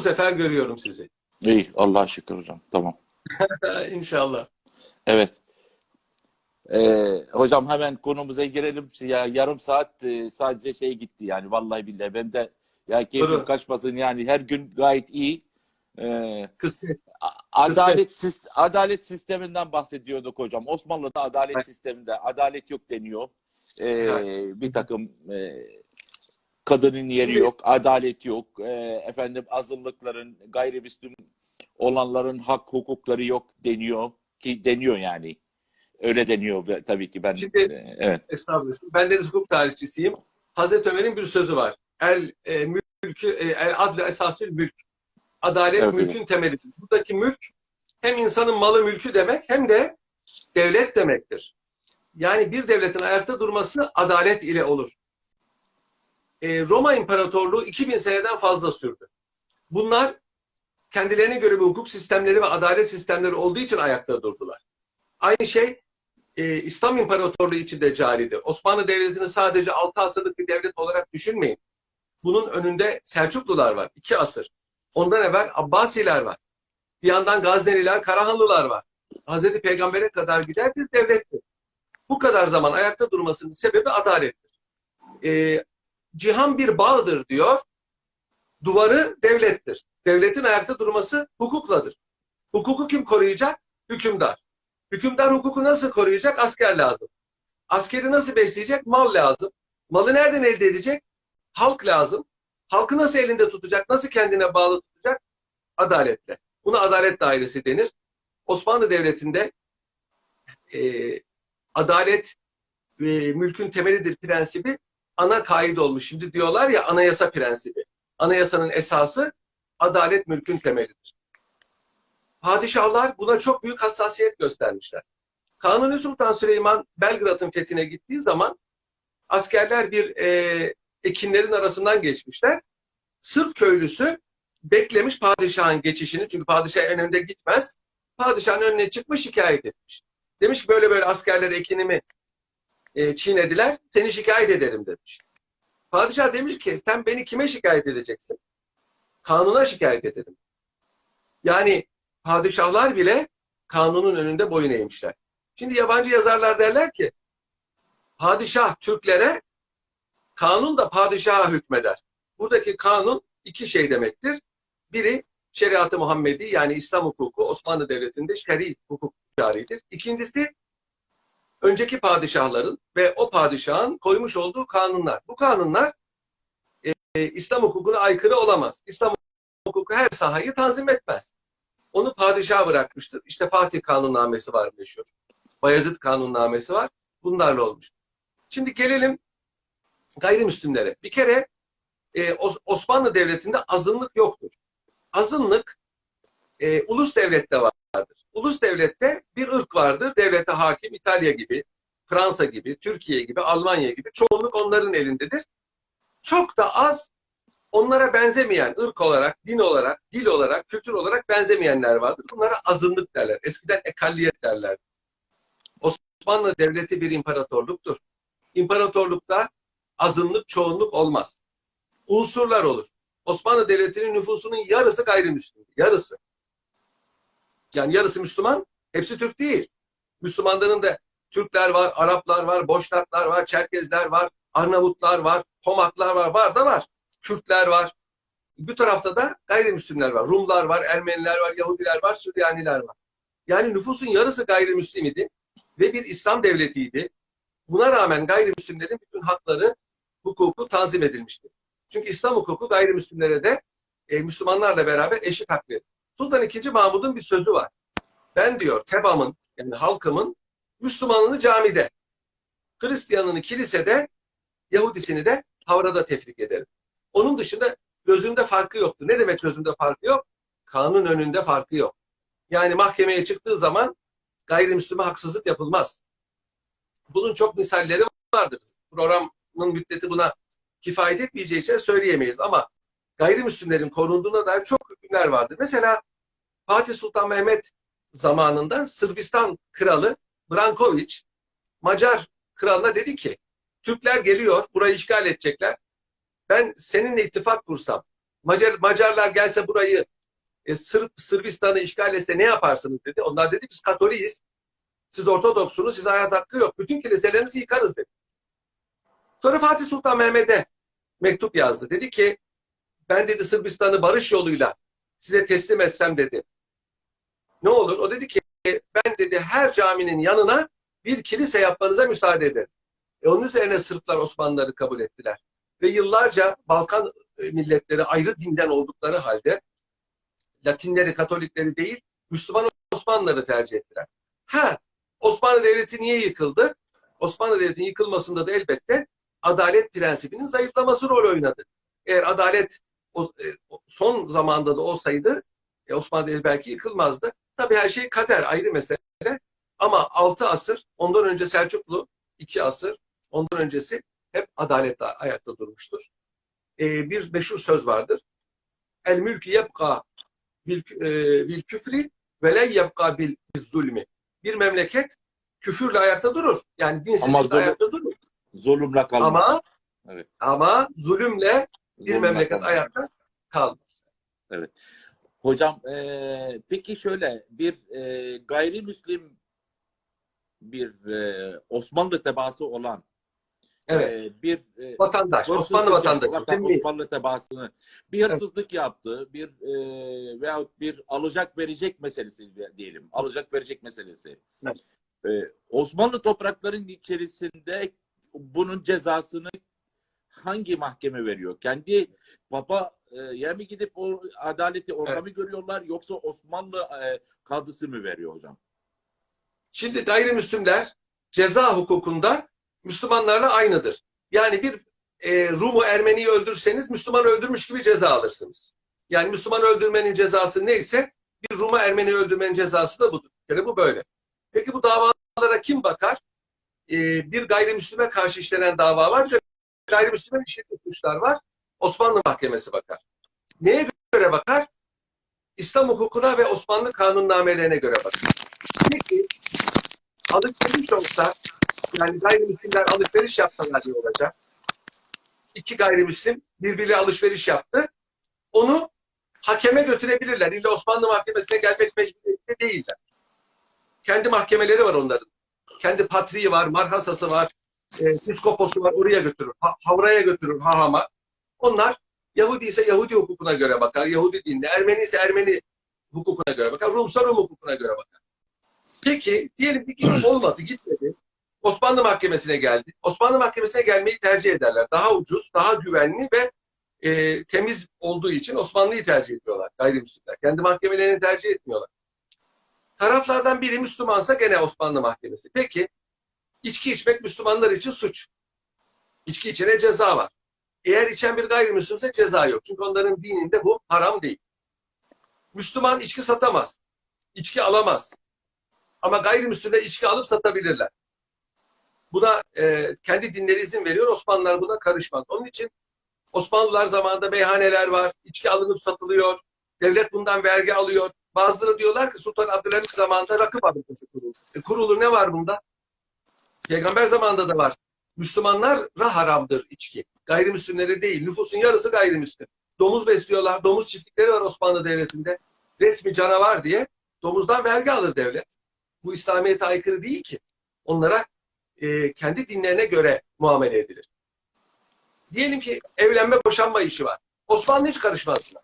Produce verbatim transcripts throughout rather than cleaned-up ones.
sefer görüyorum sizi. İyi, Allah'a şükür hocam. Tamam. İnşallah. Evet. Ee, hocam hemen konumuza girelim. Ya yarım saat e, sadece şey gitti yani vallahi billahi. Ben de ya keyfim Doğru. kaçmasın yani her gün gayet iyi. Ee, Kısmet. a- Kısmet. adalet sis- adalet sisteminden bahsediyorduk hocam. Osmanlı'da adalet sisteminde adalet yok deniyor. Ha. Ee, bir takım e, kadının yeri Şimdi yok, adalet yok. Ee, efendim azınlıkların, gayrimüslim olanların hak hukukları yok deniyor ki deniyor yani. Öyle deniyor tabii ki ben. şimdi e, evet. estağfurullah. Ben deniz hukuk tarihçisiyim. Hazreti Ömer'in bir sözü var. El e, mülkü e, el adle esasül mülk. Adalet Evet hocam. mülkün temelidir. Buradaki mülk hem insanın malı mülkü demek hem de devlet demektir. Yani bir devletin ayakta durması adalet ile olur. E, Roma İmparatorluğu iki bin seneden fazla sürdü. Bunlar kendilerine göre bir hukuk sistemleri ve adalet sistemleri olduğu için ayakta durdular. Aynı şey e, İslam İmparatorluğu için de caridir. Osmanlı Devleti'ni sadece altı asırlık bir devlet olarak düşünmeyin. Bunun önünde Selçuklular var, iki asır. Ondan evvel Abbasiler var. Bir yandan Gazneliler, Karahanlılar var. Hazreti Peygamber'e kadar gider bir devlettir. Bu kadar zaman ayakta durmasının sebebi adalettir. E, cihan bir bağdır diyor, duvarı devlettir. Devletin ayakta durması hukukladır. Hukuku kim koruyacak? Hükümdar. Hükümdar hukuku nasıl koruyacak? Asker lazım. Askeri nasıl besleyecek? Mal lazım. Malı nereden elde edecek? Halk lazım. Halkı nasıl elinde tutacak? Nasıl kendine bağlı tutacak? Adaletle. Buna adalet dairesi denir. Osmanlı Devleti'nde e, adalet e, mülkün temelidir prensibi ana kaide olmuş. Şimdi diyorlar ya anayasa prensibi. Anayasanın esası adalet mülkün temelidir. Padişahlar buna çok büyük hassasiyet göstermişler. Kanuni Sultan Süleyman Belgrad'ın fethine gittiği zaman askerler bir e, ekinlerin arasından geçmişler. Sırp köylüsü beklemiş padişahın geçişini. Çünkü padişah en önde gitmez. Padişahın önüne çıkmış şikayet etmiş. Demiş ki böyle böyle askerler ekinimi e, çiğnediler. Seni şikayet ederim demiş. Padişah demiş ki sen beni kime şikayet edeceksin? Kanuna şikayet ederim. Yani padişahlar bile kanunun önünde boyun eğmişler. Şimdi yabancı yazarlar derler ki padişah Türklere, kanun da padişaha hükmeder. Buradaki kanun iki şey demektir. Biri şeriat-ı Muhammedi yani İslam hukuku Osmanlı Devleti'nde şer'i hukuk caridir. İkincisi önceki padişahların ve o padişahın koymuş olduğu kanunlar. Bu kanunlar e, İslam hukukuna aykırı olamaz. İslam hukuku her sahayı tanzim etmez. Onu padişaha bırakmıştır. İşte Fatih Kanunnamesi var meşhur. Bayezid Kanunnamesi var. Bunlarla olmuş. Şimdi gelelim gayrimüslimlere. Bir kere e, Osmanlı Devleti'nde azınlık yoktur. Azınlık e, ulus devlette vardır. Ulus devlette bir ırk vardır. Devlete hakim İtalya gibi, Fransa gibi, Türkiye gibi, Almanya gibi. Çoğunluk onların elindedir. Çok da az onlara benzemeyen, ırk olarak, din olarak, dil olarak, kültür olarak benzemeyenler vardır. Bunlara azınlık derler. Eskiden ekalliyet derler. Osmanlı Devleti bir imparatorluktur. İmparatorlukta azınlık, çoğunluk olmaz. Unsurlar olur. Osmanlı Devleti'nin nüfusunun yarısı gayrimüslim. Yarısı. Yani yarısı Müslüman, hepsi Türk değil. Müslümanların da Türkler var, Araplar var, Boşnaklar var, Çerkezler var, Arnavutlar var, Pomaklar var, var da var. Kürtler var. Bu tarafta da gayrimüslimler var. Rumlar var, Ermeniler var, Yahudiler var, Süryaniler var. Yani nüfusun yarısı gayrimüslim idi ve bir İslam devletiydi. Buna rağmen gayrimüslimlerin bütün hakları, hukuku tanzim edilmişti. Çünkü İslam hukuku gayrimüslimlere de e, Müslümanlarla beraber eşit hak verir. Sultan ikinci. Mahmud'un bir sözü var. Ben diyor tebamın yani halkımın Müslümanını camide, Hristiyanını kilisede, Yahudisini de havrada tefrik ederim. Onun dışında gözümde farkı yoktu. Ne demek gözümde farkı yok? Kanun önünde farkı yok. Yani mahkemeye çıktığı zaman gayrimüslime haksızlık yapılmaz. Bunun çok misalleri vardır. Programın müddeti buna kifayet etmeyeceği için söyleyemeyiz ama gayrimüslimlerin korunduğuna dair çok hükümler vardır. Mesela Fatih Sultan Mehmet zamanında Sırbistan kralı Branković Macar kralına dedi ki Türkler geliyor, burayı işgal edecekler. Ben seninle ittifak kursam, Macar, Macarlar gelse burayı e, Sırp, Sırbistan'ı işgal etse ne yaparsınız dedi. Onlar dedi biz Katoliyiz. Siz Ortodoksunuz, size hayat hakkı yok. Bütün kiliselerinizi yıkarız dedi. Sonra Fatih Sultan Mehmet'e mektup yazdı. Dedi ki ben dedi Sırbistan'ı barış yoluyla size teslim etsem dedi. Ne olur? O dedi ki ben dedi her caminin yanına bir kilise yapmanıza müsaade ederim. E onun üzerine Sırplar Osmanlıları kabul ettiler. Ve yıllarca Balkan milletleri ayrı dinden oldukları halde Latinleri, Katolikleri değil, Müslüman Osmanlıları tercih ettiler. Ha, Osmanlı Devleti niye yıkıldı? Osmanlı Devleti'nin yıkılmasında da elbette adalet prensibinin zayıflaması rol oynadı. Eğer adalet son zamanda da olsaydı Osmanlı Devleti belki yıkılmazdı. Tabii her şey kader, ayrı mesele. Ama altı asır, ondan önce Selçuklu, iki asır, ondan öncesi hep adaletle ayakta durmuştur. Ee, bir meşhur söz vardır. El mülkü yebka bil, e, bil küfri ve len yebka bil zulmi. Bir memleket küfürle ayakta durur. Yani dinsizlikle ayakta durur. Zulümle kalmaz. Ama, evet. ama zulümle bir Zulümle memleket kalmaz. ayakta kalmaz. Evet. Hocam e, peki şöyle bir e, gayrimüslim bir e, Osmanlı tebaası olan Evet. e, bir e, vatandaş, Osmanlı vatandaşı. Vatan, Osmanlı tebaasını bir evet. hırsızlık yaptı, bir e, veyahut bir alacak verecek meselesi diyelim. Alacak verecek meselesi. Evet. E, Osmanlı topraklarının içerisinde bunun cezasını hangi mahkeme veriyor? Kendi Papa e, ya mı gidip o adaleti orada evet. mı görüyorlar yoksa Osmanlı e, kadısı mı veriyor hocam? Şimdi gayrimüslimler ceza hukukunda Müslümanlarla aynıdır. Yani bir e, Rumu Ermeni'yi öldürseniz Müslüman öldürmüş gibi ceza alırsınız. Yani Müslüman öldürmenin cezası neyse bir Rumu Ermeni'yi öldürmenin cezası da budur. Yani bu böyle. Peki bu davalara kim bakar? E, bir gayrimüslime karşı işlenen dava var. Bir gayrimüslime işlediği suçlar var. Osmanlı Mahkemesi bakar. Neye göre bakar? İslam hukukuna ve Osmanlı kanunnamelerine göre bakar. Peki alışveriş olsa, yani gayrimüslimler alışveriş yapsalar ne olacak? İki gayrimüslim birbiriyle alışveriş yaptı. Onu hakeme götürebilirler. İlla Osmanlı Mahkemesi'ne gelmek mecburiyetinde değiller. Kendi mahkemeleri var onların. Kendi patriği var, marhasası var, e, piskoposu var, oraya götürür. Ha, havraya götürür, hahama. Onlar Yahudi ise Yahudi hukukuna göre bakar, Yahudi dinine. Ermeni ise Ermeni hukukuna göre bakar. Rumsa Rum hukukuna göre bakar. Peki diyelim ki olmadı, gitmedi. Osmanlı Mahkemesi'ne geldi. Osmanlı Mahkemesi'ne gelmeyi tercih ederler. Daha ucuz, daha güvenli ve e, temiz olduğu için Osmanlı'yı tercih ediyorlar gayrimüslimler. Kendi mahkemelerini tercih etmiyorlar. Taraflardan biri Müslümansa gene Osmanlı Mahkemesi. Peki içki içmek Müslümanlar için suç. İçki içene ceza var. Eğer içen bir gayrimüslimse ceza yok. Çünkü onların dininde bu haram değil. Müslüman içki satamaz. İçki alamaz. Ama gayrimüslimler içki alıp satabilirler. Buna e, kendi dinleri izin veriyor. Osmanlılar buna karışmaz. Onun için Osmanlılar zamanında meyhaneler var. İçki alınıp satılıyor. Devlet bundan vergi alıyor. Bazıları diyorlar ki Sultan Abdülhamit zamanında rakı fabrikası kuruldu. E, kurulur ne var bunda? Peygamber zamanında da var. Müslümanlara haramdır içki. Gayrimüslimlere değil. Nüfusun yarısı gayrimüslim. Domuz besliyorlar. Domuz çiftlikleri var Osmanlı Devleti'nde. Resmi canavar diye domuzdan vergi alır devlet. Bu İslamiyet'e aykırı değil ki. Onlara e, kendi dinlerine göre muamele edilir. Diyelim ki evlenme boşanma işi var. Osmanlı hiç karışmaz buna.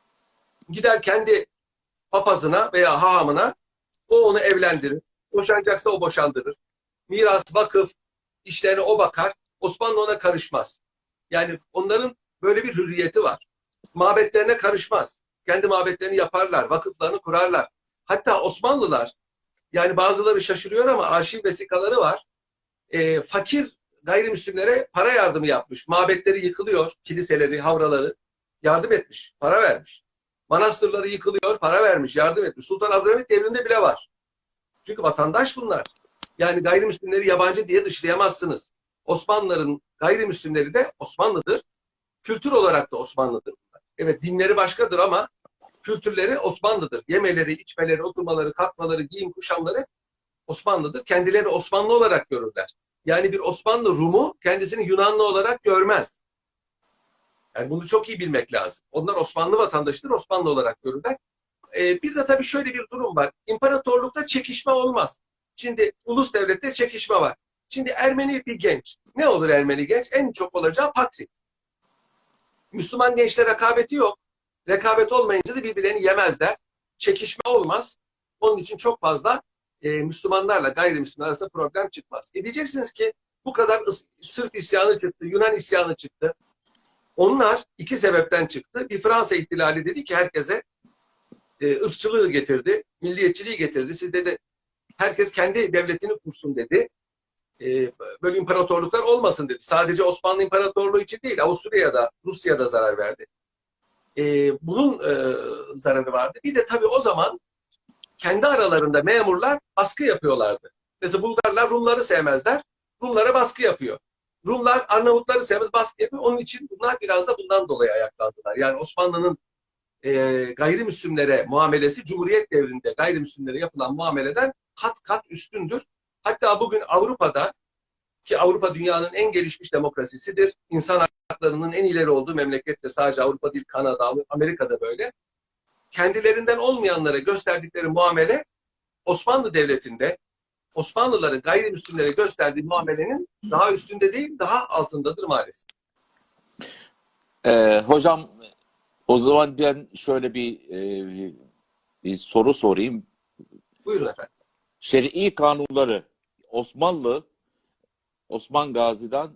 Gider kendi papazına veya hahamına, o onu evlendirir. Boşanacaksa o boşandırır. Miras, vakıf işlerine o bakar. Osmanlı ona karışmaz. Yani onların böyle bir hürriyeti var. Mabetlerine karışmaz. Kendi mabetlerini yaparlar, vakıflarını kurarlar. Hatta Osmanlılar, yani bazıları şaşırıyor ama arşiv vesikaları var. E, fakir gayrimüslimlere para yardımı yapmış. Mabetleri yıkılıyor, kiliseleri, havraları yardım etmiş, para vermiş. Manastırları yıkılıyor, para vermiş, yardım etmiş. Sultan Abdülhamit devrinde bile var. Çünkü vatandaş bunlar. Yani gayrimüslimleri yabancı diye dışlayamazsınız. Osmanlıların gayrimüslimleri de Osmanlıdır. Kültür olarak da Osmanlıdır bunlar. Evet, dinleri başkadır ama kültürleri Osmanlıdır. Yemeleri, içmeleri, oturmaları, kalkmaları, giyim, kuşamları Osmanlıdır. Kendileri Osmanlı olarak görürler. Yani bir Osmanlı Rumu kendisini Yunanlı olarak görmez. Yani bunu çok iyi bilmek lazım. Onlar Osmanlı vatandaşıdır, Osmanlı olarak görürler. Ee, bir de tabii şöyle bir durum var. İmparatorlukta çekişme olmaz. Şimdi ulus devlette çekişme var. Şimdi Ermeni bir genç. Ne olur Ermeni genç? En çok olacağı patri. Müslüman gençler rekabeti yok. Rekabet olmayınca da birbirlerini yemezler. Çekişme olmaz. Onun için çok fazla e, Müslümanlarla gayrimüslimler arasında problem çıkmaz. E diyeceksiniz ki bu kadar Sırp isyanı çıktı, Yunan isyanı çıktı. Onlar iki sebepten çıktı. Bir Fransa ihtilali dedi ki herkese e, ırkçılığı getirdi, milliyetçiliği getirdi. Siz dedi herkes kendi devletini kursun dedi. E, böyle imparatorluklar olmasın dedi. Sadece Osmanlı İmparatorluğu için değil, Avusturya'da, Rusya'da zarar verdi. E, bunun e, zararı vardı. Bir de tabii o zaman kendi aralarında memurlar baskı yapıyorlardı. Mesela Bulgarlar Rumları sevmezler. Rumlara baskı yapıyor. Rumlar Arnavutları sevmez, baskı yapıyor. Onun için bunlar biraz da bundan dolayı ayaklandılar. Yani Osmanlı'nın e, gayrimüslimlere muamelesi Cumhuriyet devrinde gayrimüslimlere yapılan muameleden kat kat üstündür. Hatta bugün Avrupa'da, ki Avrupa dünyanın en gelişmiş demokrasisidir. İnsan haklarının en ileri olduğu memlekettir. Sadece Avrupa değil, Kanada, Amerika'da böyle. Kendilerinden olmayanlara gösterdikleri muamele Osmanlı Devleti'nde Osmanlıların gayrimüslimlere gösterdiği muamelenin daha üstünde değil, daha altındadır maalesef. Ee, hocam o zaman ben şöyle bir, e, bir soru sorayım. Buyurun efendim. Şer'i kanunları Osmanlı, Osman Gazi'den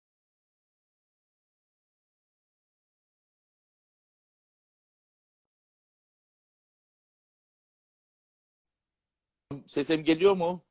sesim geliyor mu?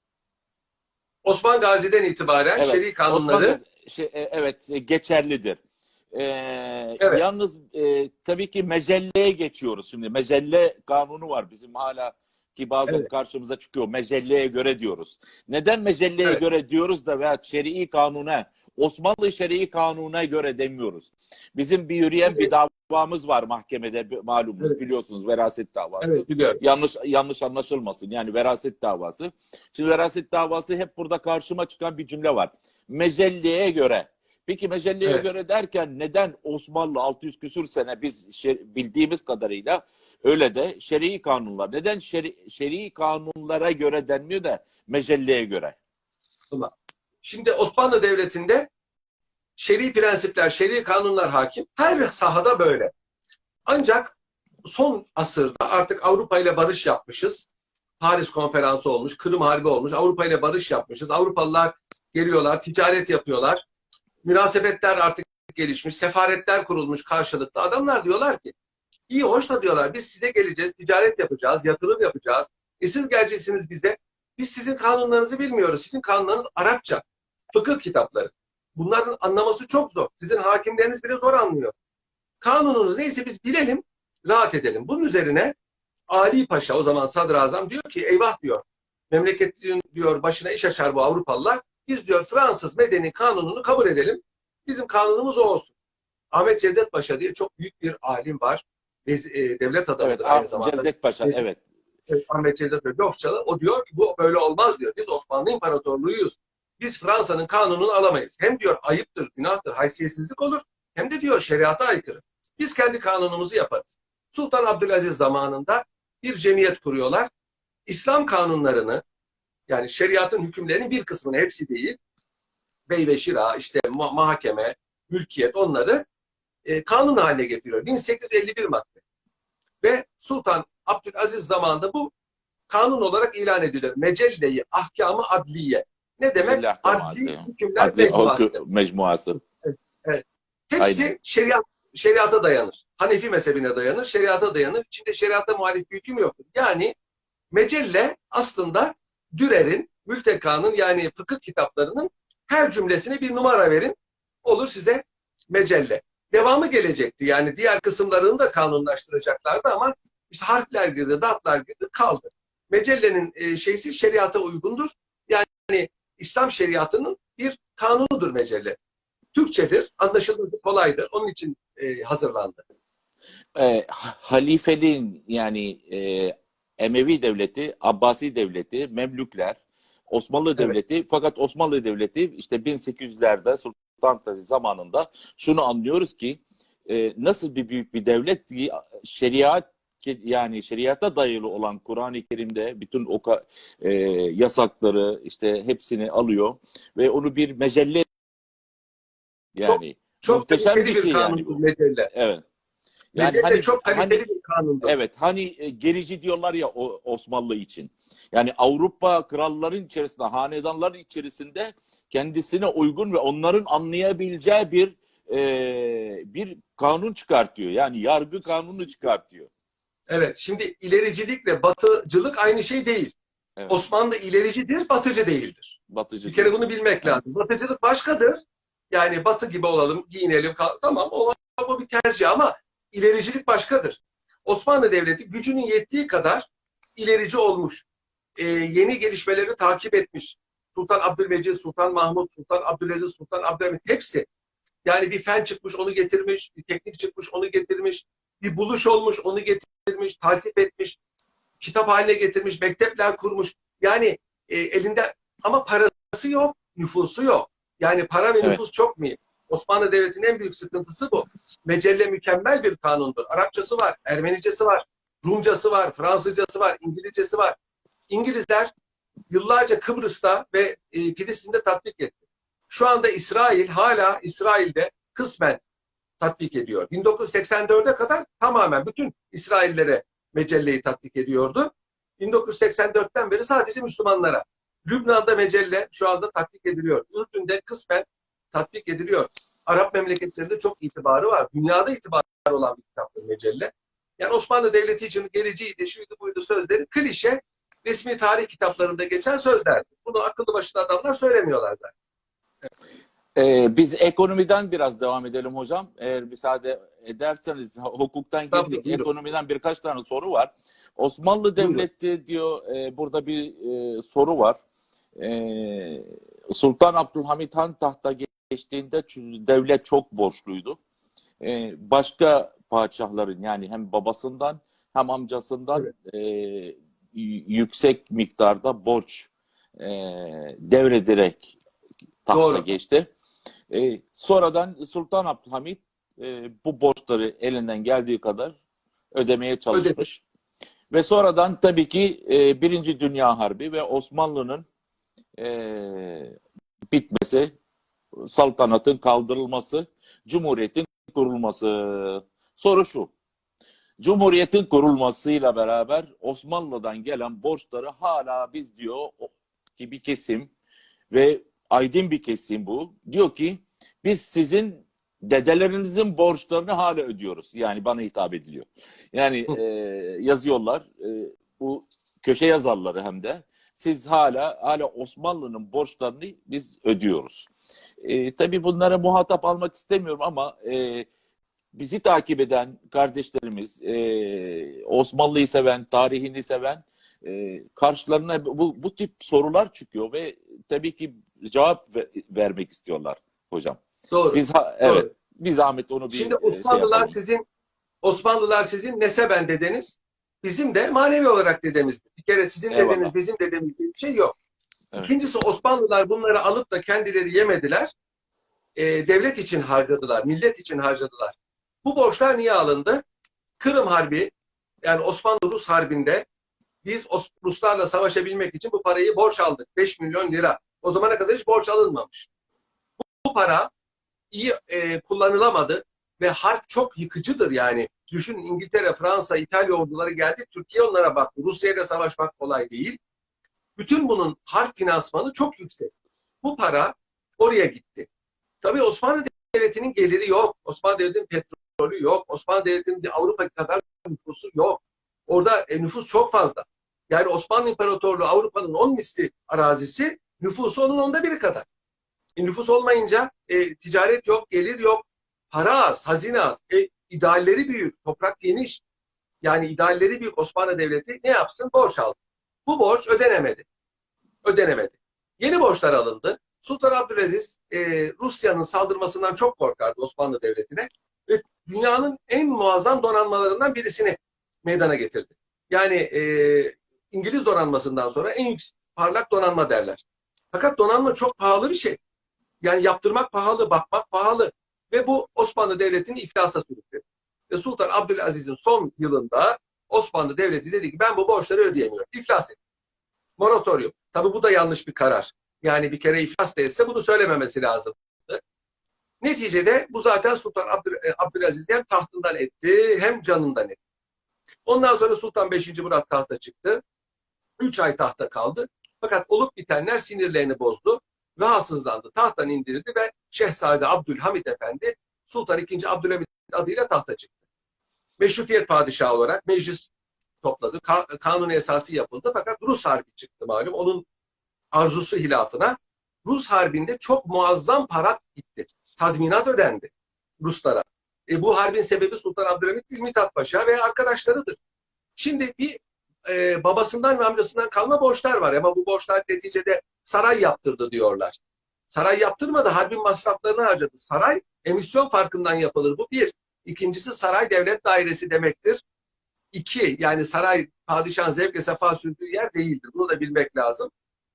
Osman Gazi'den itibaren Evet. şer'i kanunları Osman, şey, e, evet geçerlidir. Ee, evet. Yalnız e, tabii ki mecelleye geçiyoruz. Şimdi mecelle kanunu var bizim hala ki bazen Evet. karşımıza çıkıyor. Mecelleye göre diyoruz. Neden mecelleye Evet. göre diyoruz da veya şer'i kanuna, Osmanlı şer'i kanuna göre demiyoruz. Bizim bir yürüyen bir davamız var mahkemede malumunuz, Evet. biliyorsunuz, veraset davası. Evet, biliyorum. Yanlış yanlış anlaşılmasın. Yani veraset davası. Şimdi veraset davası hep burada karşıma çıkan bir cümle var. Mecelleye göre. Peki mecelleye Evet. göre derken neden Osmanlı altı yüz küsur sene biz şer, bildiğimiz kadarıyla öyle de şer'i kanunlar. Neden şer'i, şer'i kanunlara göre denmiyor da mecelleye göre? Şimdi Osmanlı Devleti'nde şer'i prensipler, şer'i kanunlar hakim. Her sahada böyle. Ancak son asırda artık Avrupa ile barış yapmışız. Paris Konferansı olmuş, Kırım Harbi olmuş. Avrupa ile barış yapmışız. Avrupalılar geliyorlar, ticaret yapıyorlar. Münasebetler artık gelişmiş, sefaretler kurulmuş karşılıklı. Adamlar diyorlar ki, iyi hoş da diyorlar, biz size geleceğiz, ticaret yapacağız, yatırım yapacağız. E siz geleceksiniz bize. Biz sizin kanunlarınızı bilmiyoruz. Sizin kanunlarınız Arapça, fıkıh kitapları. Bunların anlaması çok zor. Sizin hakimleriniz bile zor anlıyor. Kanununuz neyse biz bilelim, rahat edelim. Bunun üzerine Ali Paşa, o zaman sadrazam, diyor ki eyvah diyor. Memleketin diyor başına iş açar bu Avrupalılar. Biz diyor Fransız medeni kanununu kabul edelim. Bizim kanunumuz o olsun. Ahmet Cevdet Paşa diye çok büyük bir alim var. Biz, e, devlet adamıdır Evet, aynı zamanda. Cevdet Paşa, Biz, evet. Ahmet Cevdet Paşa Lofçalı. O diyor ki bu böyle olmaz diyor. Biz Osmanlı İmparatorluğuyuz. Biz Fransa'nın kanununu alamayız. Hem diyor ayıptır, günahtır, haysiyetsizlik olur. Hem de diyor şeriata aykırı. Biz kendi kanunumuzu yaparız. Sultan Abdülaziz zamanında bir cemiyet kuruyorlar. İslam kanunlarını, yani şeriatın hükümlerinin bir kısmını, hepsi değil, bey ve şira, işte ma mahkeme, mülkiyet, onları e, kanun haline getiriyor. bin sekiz yüz elli bir madde. Ve Sultan Abdülaziz zamanında bu kanun olarak ilan ediliyor. Mecelle-i Ahkamı Adliye. Ne demek? Adli hükümler Adli mecmuası. mecmuası. Evet, evet. Hepsi şeriat, şeriata dayanır. Hanefi mezhebine dayanır, şeriata dayanır. İçinde şeriata muhalif bir hüküm yoktur. Yani mecelle aslında Dürer'in, Mülteka'nın, yani fıkıh kitaplarının her cümlesine bir numara verin. Olur size mecelle. Devamı gelecekti. Yani diğer kısımlarını da kanunlaştıracaklardı ama işte harfler girdi, datlar girdi, kaldı. Mecellenin e, şeysi şeriata uygundur. Yani İslam şeriatının bir kanunudur mecelle. Türkçedir, anlaşılması kolaydır. Onun için e, hazırlandı. E, halifeliğin yani e, Emevi devleti, Abbasi devleti, Memlükler, Osmanlı devleti, evet. Fakat Osmanlı devleti işte bin sekiz yüzlerde Sultan Abdülaziz zamanında şunu anlıyoruz ki e, nasıl bir büyük bir devlet ki şeriat, yani şeriata dayalı olan Kur'an-ı Kerim'de bütün o ka- e, yasakları işte hepsini alıyor ve onu bir mecelle, Çok yani çok muhteşem kaliteli bir bir şey yani kanundur bu. Mecelle. Evet. Yani Mecelle hani çok kaliteli hani bir kanundur. evet, hani e, gerici diyorlar ya o Osmanlı için. Yani Avrupa kralların içerisinde, hanedanların içerisinde kendisine uygun ve onların anlayabileceği bir e, bir kanun çıkartıyor. Yani yargı kanunu çıkartıyor. Evet, şimdi ilericilikle batıcılık aynı şey değil. Evet. Osmanlı ilericidir, batıcı değildir. Bir Batıcı kere değil. bunu bilmek Evet. lazım. Batıcılık başkadır. Yani batı gibi olalım, giyinelim, tamam o, o bir tercih ama ilericilik başkadır. Osmanlı Devleti gücünün yettiği kadar ilerici olmuş. Ee, yeni gelişmeleri takip etmiş. Sultan Abdülmecid, Sultan Mahmut, Sultan Abdülaziz, Sultan Abdülhamit hepsi. Yani bir fen çıkmış onu getirmiş, bir teknik çıkmış onu getirmiş, bir buluş olmuş onu getirmiş, taltif etmiş, kitap haline getirmiş, mektepler kurmuş. Yani e, elinde ama parası yok, nüfusu yok. Yani para ve Evet. nüfus çok mühim. Osmanlı Devleti'nin en büyük sıkıntısı bu. Mecelle mükemmel bir kanundur. Arapçası var, Ermenicesi var, Rumcası var, Fransızcası var, İngilizcesi var. İngilizler yıllarca Kıbrıs'ta ve e, Filistin'de tatbik etti. Şu anda İsrail hala İsrail'de kısmen tatbik ediyor. bin dokuz yüz seksen dörde kadar tamamen bütün İsraillere mecelleyi tatbik ediyordu. bin dokuz yüz seksen dörtten beri sadece Müslümanlara. Lübnan'da mecelle şu anda tatbik ediliyor. Ürdün'de kısmen tatbik ediliyor. Arap memleketlerinde çok itibarı var. Dünyada itibarı olan bir kitaptır mecelle. Yani Osmanlı Devleti için geleceğiydi, şuydu buydu sözleri klişe, resmi tarih kitaplarında geçen sözlerdir. Bunu akıllı başlı adamlar söylemiyorlar zaten. Ee, biz ekonomiden biraz devam edelim hocam. Eğer müsaade ederseniz, hukuktan Estağfurullah, girdik. buyurun. Ekonomiden birkaç tane soru var. Osmanlı Buyurun. Devleti diyor, e, burada bir e, soru var. E, Sultan Abdülhamit Han tahta geçtiğinde devlet çok borçluydu. E, başka padişahların, yani hem babasından hem amcasından Evet. e, yüksek miktarda borç e, devrederek tahta Doğru. geçti. E, sonradan Sultan Abdülhamit e, bu borçları elinden geldiği kadar ödemeye Ödedi. çalışmış. Ve sonradan tabii ki e, Birinci Dünya Harbi ve Osmanlı'nın e, bitmesi, saltanatın kaldırılması, cumhuriyetin kurulması. Soru şu: Cumhuriyetin kurulmasıyla beraber Osmanlı'dan gelen borçları hala biz, diyor ki bir kesim ve aydın bir kesim bu, diyor ki biz sizin dedelerinizin borçlarını hala ödüyoruz. Yani bana hitap ediliyor. Yani e, yazıyorlar, e, bu köşe yazarları hem de, siz hala hala Osmanlı'nın borçlarını biz ödüyoruz. E, tabii bunlara muhatap almak istemiyorum ama e, bizi takip eden kardeşlerimiz, e, Osmanlı'yı seven, tarihini seven, e, karşılarına bu, bu tip sorular çıkıyor ve tabii ki cevap ve, vermek istiyorlar hocam. Doğru. Biz ha, evet, Doğru. bir zahmet onu Şimdi bir e, şey Osmanlılar yapalım. sizin Osmanlılar sizin neseben dedeniz, bizim de manevi olarak dedemizdir. Bir kere sizin Eyvallah. dedeniz, bizim dedemiz diye bir şey yok. Evet. İkincisi Osmanlılar bunları alıp da kendileri yemediler. E, devlet için harcadılar, millet için harcadılar. Bu borçlar niye alındı? Kırım Harbi, yani Osmanlı-Rus Harbi'nde biz Ruslarla savaşabilmek için bu parayı borç aldık. beş milyon lira. O zamana kadar hiç borç alınmamış. Bu para iyi e, kullanılamadı ve harp çok yıkıcıdır yani. Düşünün, İngiltere, Fransa, İtalya orduları geldi. Türkiye onlara baktı. Rusya ile savaşmak kolay değil. Bütün bunun harp finansmanı çok yüksek. Bu para oraya gitti. Tabii Osmanlı Devleti'nin geliri yok. Osmanlı Devleti'nin petrolü yok. Osmanlı Devleti'nin Avrupa kadar nüfusu yok. Orada e, nüfus çok fazla. Yani Osmanlı İmparatorluğu Avrupa'nın on misli arazisi, nüfusu onun onda biri kadar. E, nüfus olmayınca e, ticaret yok, gelir yok, para az, hazine az. E, idealleri büyük, toprak geniş. Yani idealleri büyük Osmanlı Devleti ne yapsın? Borç aldı. Bu borç ödenemedi. Ödenemedi. Yeni borçlar alındı. Sultan Abdülaziz e, Rusya'nın saldırmasından çok korkardı Osmanlı Devleti'ne ve dünyanın en muazzam donanmalarından birisini meydana getirdi. Yani e, İngiliz donanmasından sonra en yüksek parlak donanma derler. Fakat donanma çok pahalı bir şey. Yani yaptırmak pahalı, bakmak pahalı. Ve bu Osmanlı Devleti'ni iflasa sürükledi. Ve Sultan Abdülaziz'in son yılında Osmanlı Devleti dedi ki ben bu borçları ödeyemiyorum. İflas etti. Moratorium. Tabii bu da yanlış bir karar. Yani bir kere iflas da etse bunu söylememesi lazım. Neticede bu zaten Sultan Abdül, Abdülaziz'i hem tahtından etti hem canından etti. Ondan sonra Sultan beşinci. Murat tahta çıktı. Üç ay tahta kaldı. Fakat olup bitenler sinirlerini bozdu. Rahatsızlandı. Tahttan indirildi ve Şehzade Abdülhamit Efendi Sultan ikinci. Abdülhamit adıyla tahta çıktı. Meşrutiyet padişahı olarak meclis topladı. Ka kanun esası yapıldı. Fakat Rus Harbi çıktı malum. Onun arzusu hilafına. Rus Harbi'nde çok muazzam para gitti. Tazminat ödendi Ruslara. E, bu harbin sebebi Sultan Abdülhamit değil, Mithat Paşa ve arkadaşlarıdır. Şimdi bir e, babasından ve amcasından kalma borçlar var ama bu borçlar neticede saray yaptırdı diyorlar. Saray yaptırmadı, harbin masraflarını harcadı. Saray emisyon farkından yapılır. Bu bir. İkincisi saray devlet dairesi demektir. İki, yani saray padişahın zevk sefa sürdüğü yer değildir. Bunu da bilmek lazım.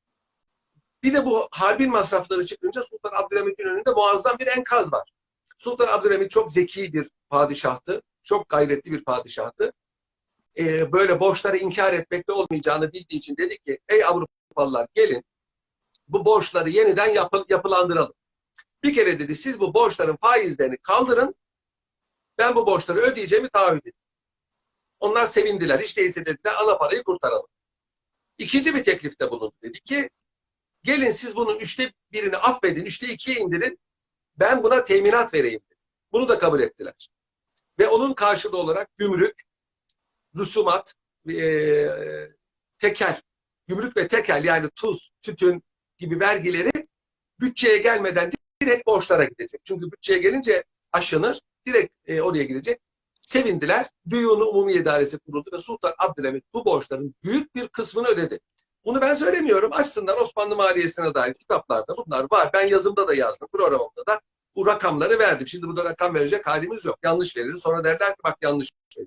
Bir de bu harbin masrafları çıkınca Sultan Abdülhamit'in önünde muazzam bir enkaz var. Sultan Abdülhamit çok zeki bir padişahtı. Çok gayretli bir padişahtı. Ee, böyle borçları inkar etmekle olmayacağını bildiği için dedi ki ey Avrupalılar gelin bu borçları yeniden yapı, yapılandıralım. Bir kere dedi siz bu borçların faizlerini kaldırın. Ben bu borçları ödeyeceğimi taahhüt ettim. Onlar sevindiler. Hiç değilse dediler ana parayı kurtaralım. İkinci bir teklifte bulundu. Dedi ki gelin siz bunun üçte birini affedin, üçte ikiye indirin. Ben buna teminat vereyim dedi. Bunu da kabul ettiler. Ve onun karşılığı olarak gümrük, rüsumat, e, tekel, gümrük ve tekel yani tuz, tütün gibi vergileri bütçeye gelmeden direkt borçlara gidecek. Çünkü bütçeye gelince aşınır, direkt e, oraya gidecek. Sevindiler. Düyun-u Umumiye İdaresi kuruldu ve Sultan Abdülhamit bu borçların büyük bir kısmını ödedi. Bunu ben söylemiyorum. Açsınlar Osmanlı maliyesine dair kitaplarda bunlar var. Ben yazımda da yazdım. Programımda da bu rakamları verdim. Şimdi burada rakam verecek halimiz yok. Yanlış veririz. Sonra derler ki bak yanlış söyledi.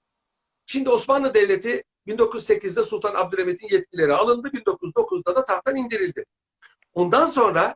Şimdi Osmanlı Devleti bin dokuz yüz sekizde Sultan Abdülhamit'in yetkileri alındı. bin dokuz yüz dokuzda da tahttan indirildi. Ondan sonra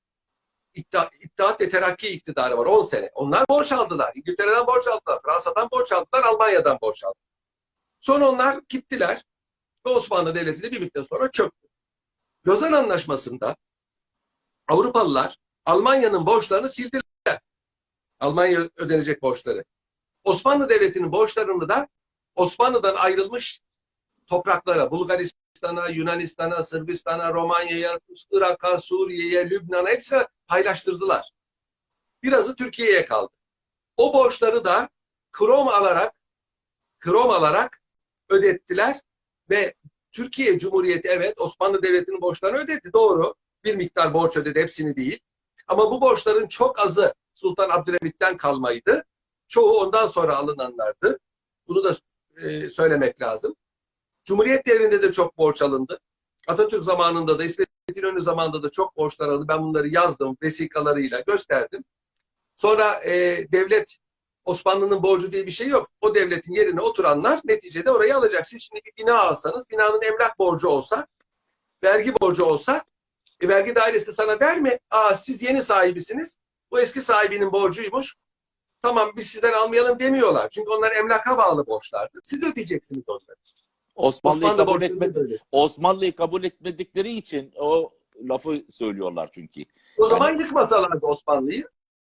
İttihat ve Terakki iktidarı var on sene. Onlar borç aldılar. İngiltere'den borç aldılar. Fransa'dan borç aldılar. Almanya'dan borç aldılar. Sonra onlar gittiler ve Osmanlı Devleti de bir müddet sonra çöktü. Lozan Anlaşması'nda Avrupalılar Almanya'nın borçlarını sildiler. Almanya ödenecek borçları. Osmanlı Devleti'nin borçlarını da Osmanlı'dan ayrılmış topraklara, Bulgaristan'a, Yunanistan'a, Sırbistan'a, Romanya'ya, Irak'a, Suriye'ye, Lübnan'a hepsine paylaştırdılar. Birazı Türkiye'ye kaldı. O borçları da krom alarak krom alarak ödettiler ve Türkiye Cumhuriyeti evet Osmanlı Devleti'nin borçlarını ödedi. Doğru. Bir miktar borç ödedi. Hepsini değil. Ama bu borçların çok azı Sultan Abdülhamit'ten kalmaydı. Çoğu ondan sonra alınanlardı. Bunu da e, söylemek lazım. Cumhuriyet devrinde de çok borç alındı. Atatürk zamanında da, İsmet İnönü zamanında da çok borçlar alındı. Ben bunları yazdım, vesikalarıyla gösterdim. Sonra e, devlet, Osmanlı'nın borcu diye bir şey yok. O devletin yerine oturanlar neticede orayı alacak. Siz şimdi bir bina alsanız, binanın emlak borcu olsa, vergi borcu olsa, e, vergi dairesi sana der mi? Aa siz yeni sahibisiniz, bu eski sahibinin borcuymuş. Tamam biz sizden almayalım demiyorlar. Çünkü onlar emlaka bağlı borçlardır. Siz ödeyeceksiniz onları. Osmanlı'yı Osmanlı kabul etmedi. Osmanlı'yı kabul etmedikleri için o lafı söylüyorlar çünkü. O zaman Yani, yıkmasalardı Osmanlı'yı.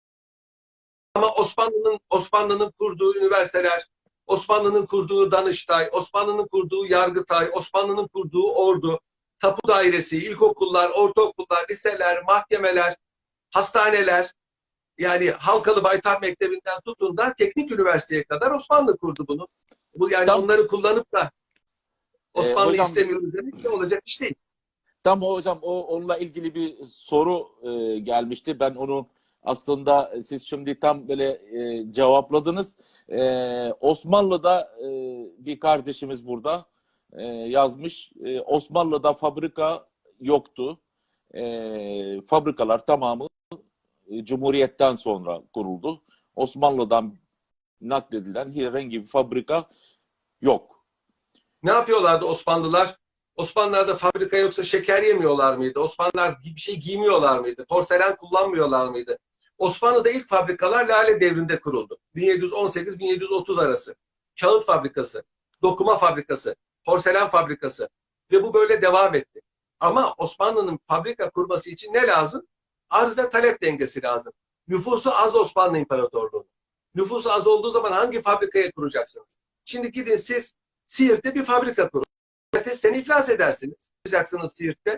Ama Osmanlı'nın Osmanlı'nın kurduğu üniversiteler, Osmanlı'nın kurduğu Danıştay, Osmanlı'nın kurduğu Yargıtay, Osmanlı'nın kurduğu ordu, tapu dairesi, ilkokullar, ortaokullar, liseler, mahkemeler, hastaneler, yani Halkalı Baytar Mektebi'nden tutun da teknik üniversiteye kadar Osmanlı kurdu bunu. Bu yani tam, onları kullanıp da Osmanlı e, hocam, istemiyoruz demek de olacak iş değil. tam hocam o onunla ilgili bir soru e, gelmişti. Ben onu aslında siz şimdi tam böyle e, cevapladınız. E, Osmanlı'da e, bir kardeşimiz burada e, yazmış. E, Osmanlı'da fabrika yoktu. E, fabrikalar tamamı e, Cumhuriyet'ten sonra kuruldu. Osmanlı'dan nakledilen herhangi bir fabrika yok. Ne yapıyorlardı Osmanlılar? Osmanlılar'da fabrika yoksa şeker yemiyorlar mıydı? Osmanlılar bir şey giymiyorlar mıydı? Porselen kullanmıyorlar mıydı? Osmanlı'da ilk fabrikalar Lale Devri'nde kuruldu. bin yedi yüz on sekiz bin yedi yüz otuz arası. Kağıt fabrikası, dokuma fabrikası, porselen fabrikası ve bu böyle devam etti. Ama Osmanlı'nın fabrika kurması için ne lazım? Arz ve talep dengesi lazım. Nüfusu az Osmanlı İmparatorluğu. Nüfusu az olduğu zaman hangi fabrikaya kuracaksınız? Şimdi gidin siz Siirt'te bir fabrika kurun. Ertesi sene iflas edersiniz. Yapacaksınız Siirt'te.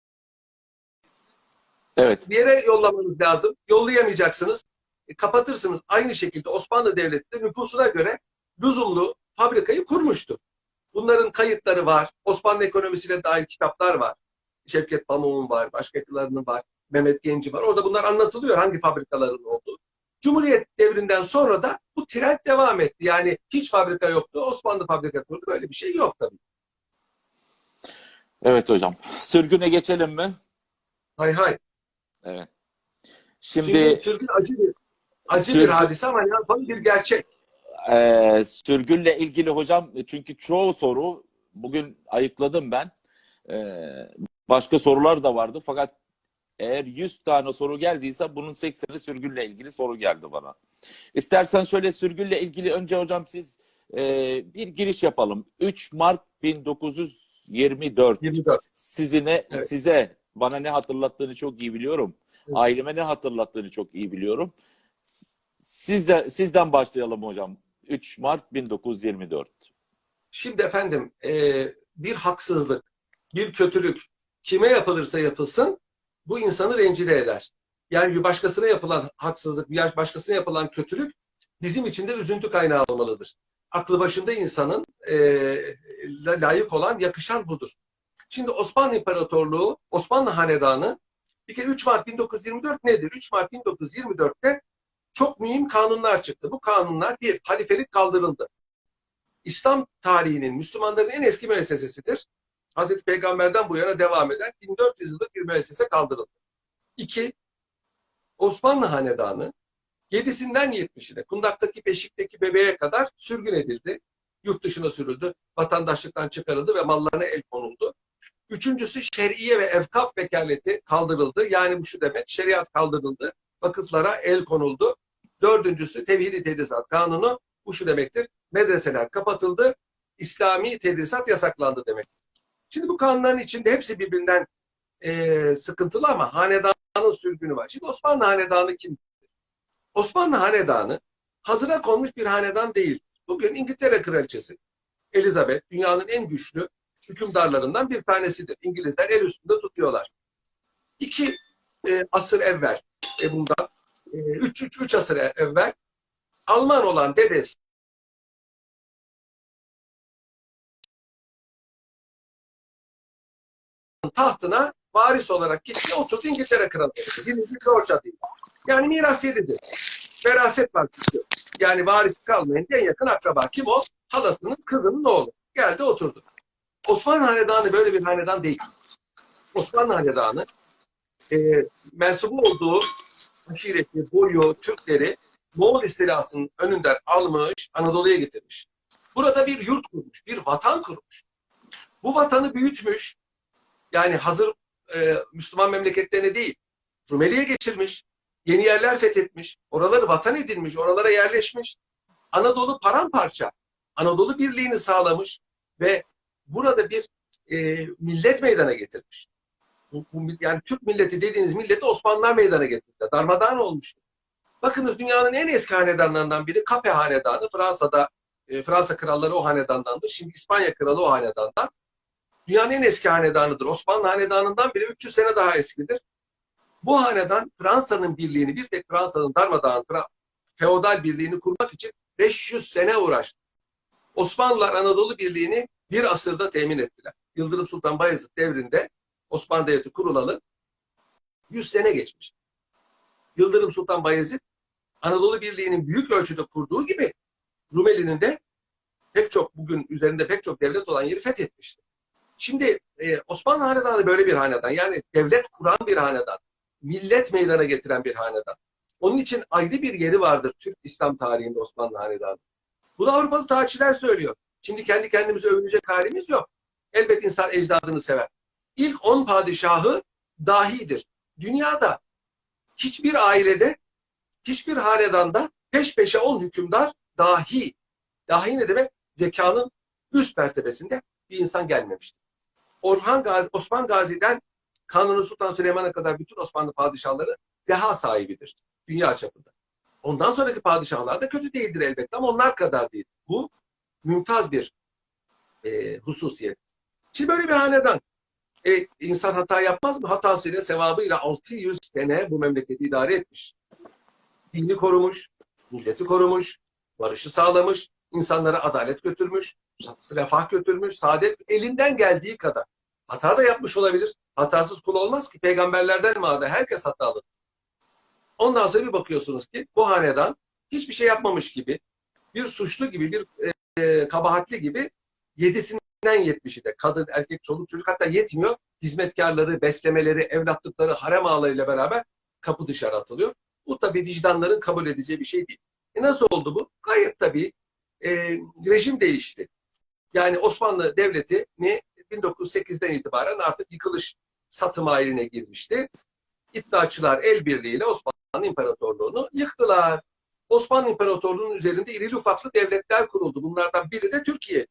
Evet. Bir yere yollamanız lazım. Yollayamayacaksınız. E, kapatırsınız. Aynı şekilde Osmanlı Devleti de nüfusuna göre lüzumlu fabrikayı kurmuştur. Bunların kayıtları var. Osmanlı ekonomisine dair kitaplar var. Şevket Pamuk'un var, başkalarının var, Mehmet Genci var. Orada bunlar anlatılıyor hangi fabrikaların olduğu. Cumhuriyet devrinden sonra da bu trend devam etti. Yani hiç fabrika yoktu. Osmanlı fabrika kurdu. Böyle bir şey yok tabii. Evet hocam. Sürgüne geçelim mi? Hay hay. Evet. Şimdi, Şimdi sürgün acı bir, acı sürgün, bir hadise ama yani bir gerçek. e, sürgünle ilgili hocam, çünkü çoğu soru bugün ayıkladım ben. E, başka sorular da vardı fakat eğer yüz tane soru geldiyse bunun sekseni sürgünle ilgili soru geldi bana. İstersen şöyle sürgünle ilgili önce hocam siz e, bir giriş yapalım. üç Mart bin dokuz yüz yirmi dört yirmi dört. sizine, Evet. size bana ne hatırlattığını çok iyi biliyorum. Evet. Aileme ne hatırlattığını çok iyi biliyorum. Sizden, sizden başlayalım hocam. üç Mart bin dokuz yüz yirmi dört. Şimdi efendim e, bir haksızlık, bir kötülük kime yapılırsa yapılsın bu insanı rencide eder. Yani bir başkasına yapılan haksızlık, bir başkasına yapılan kötülük bizim için de üzüntü kaynağı olmalıdır. Aklı başında insanın e, layık olan, yakışan budur. Şimdi Osmanlı İmparatorluğu, Osmanlı Hanedanı bir kere üç Mart bin dokuz yüz yirmi dört nedir? üç Mart bin dokuz yüz yirmi dörtte çok mühim kanunlar çıktı. Bu kanunlar bir, halifelik kaldırıldı. İslam tarihinin, Müslümanların en eski müessesesidir. Hazreti Peygamber'den bu yana devam eden bin dört yüz yıllık bir müessese kaldırıldı. İki, Osmanlı Hanedanı yedisinden yetmişine, Kundak'taki Beşik'teki bebeğe kadar sürgün edildi. Yurt dışına sürüldü, vatandaşlıktan çıkarıldı ve mallarına el konuldu. Üçüncüsü şer'iye ve evkaf vekaleti kaldırıldı. Yani bu şu demek, şeriat kaldırıldı, vakıflara el konuldu. Dördüncüsü tevhid-i tedrisat kanunu, bu şu demektir, medreseler kapatıldı, İslami tedrisat yasaklandı demek. Şimdi bu kanunların içinde hepsi birbirinden e, sıkıntılı ama hanedanın sürgünü var. Şimdi Osmanlı Hanedanı kim? Osmanlı Hanedanı hazıra konmuş bir hanedan değil. Bugün İngiltere Kraliçesi Elizabeth dünyanın en güçlü hükümdarlarından bir tanesidir. İngilizler el üstünde tutuyorlar. İki e, asır evvel, e, bundan e, üç, üç, üç asır evvel Alman olan dedesi tahtına varis olarak gitti, oturdu İngiltere Kraliçesi. Birinci George adıyla. Yani miras yedidir. Veraset var. Yani varis kalmayınca en yakın akraba. Kim o? Halasının kızının oğlu. Geldi oturdu. Osmanlı Hanedanı böyle bir hanedan değil. Osmanlı Hanedanı e, mensubu olduğu aşireti, boyu, Türkleri Moğol istilasının önünden almış, Anadolu'ya getirmiş. Burada bir yurt kurmuş, bir vatan kurmuş. Bu vatanı büyütmüş, yani hazır e, Müslüman memleketlerine değil, Rumeli'ye geçirmiş, yeni yerler fethetmiş, oraları vatan edinmiş, oralara yerleşmiş. Anadolu paramparça, Anadolu birliğini sağlamış ve burada bir e, millet meydana getirmiş. Bu, bu, yani Türk milleti dediğiniz milleti Osmanlılar meydana getirdi. Darmadağın olmuştu. Bakınız dünyanın en eski hanedanlarından biri Kape Hanedanı. Fransa'da e, Fransa kralları o hanedandandı. Şimdi İspanya kralı o hanedandan. Dünyanın en eski hanedanıdır. Osmanlı hanedanından bile üç yüz sene daha eskidir. Bu hanedan Fransa'nın birliğini, bir tek Fransa'nın darmadağın feodal birliğini kurmak için beş yüz sene uğraştı. Osmanlılar Anadolu Birliği'ni bir asırda temin ettiler. Yıldırım Sultan Bayezid devrinde Osmanlı Devleti kurulalı yüz sene geçmiş. Yıldırım Sultan Bayezid Anadolu Birliği'nin büyük ölçüde kurduğu gibi Rumeli'nin de pek çok bugün üzerinde pek çok devlet olan yeri fethetmişti. Şimdi e, Osmanlı Hanedanı böyle bir hanedan. Yani devlet kuran bir hanedan. Millet meydana getiren bir hanedan. Onun için ayrı bir yeri vardır Türk İslam tarihinde Osmanlı Hanedanı. Bunu Avrupalı tarihçiler söylüyor. Şimdi kendi kendimize övünecek halimiz yok. Elbet insan ecdadını sever. İlk on padişahı dahidir. Dünyada hiçbir ailede hiçbir hanedanda peş peşe on hükümdar dahi, dahi ne demek? Zekanın üst mertebesinde bir insan gelmemiştir. Orhan Gazi, Osman Gazi'den Kanuni Sultan Süleyman'a kadar bütün Osmanlı padişahları deha sahibidir dünya çapında. Ondan sonraki padişahlar da kötü değildir elbette ama onlar kadar değil. Bu mümtaz bir e, hususiyet. Şimdi böyle bir hanedan e, insan hata yapmaz mı? Hatasıyla, sevabıyla altı yüz sene bu memleketi idare etmiş. Dini korumuş, milleti korumuş, barışı sağlamış, insanlara adalet götürmüş, refah götürmüş, saadet elinden geldiği kadar. Hata da yapmış olabilir. Hatasız kul olmaz ki. Peygamberlerden mi adı? Herkes hatalı. Ondan sonra bir bakıyorsunuz ki bu hanedan hiçbir şey yapmamış gibi, bir suçlu gibi, bir e, kabahatli gibi yedisinden yetmişi de kadın, erkek, çoluk, çocuk hatta yetmiyor. Hizmetkarları, beslemeleri, evlatlıkları, harem ağalarıyla beraber kapı dışarı atılıyor. Bu tabii vicdanların kabul edeceği bir şey değil. E nasıl oldu bu? Gayet tabii e, rejim değişti. Yani Osmanlı Devleti ne bin dokuz yüz sekizden itibaren artık yıkılış satım haline girmişti. İttihatçılar el birliğiyle Osmanlı İmparatorluğu'nu yıktılar. Osmanlı İmparatorluğu'nun üzerinde irili ufaklı devletler kuruldu. Bunlardan biri de Türkiye.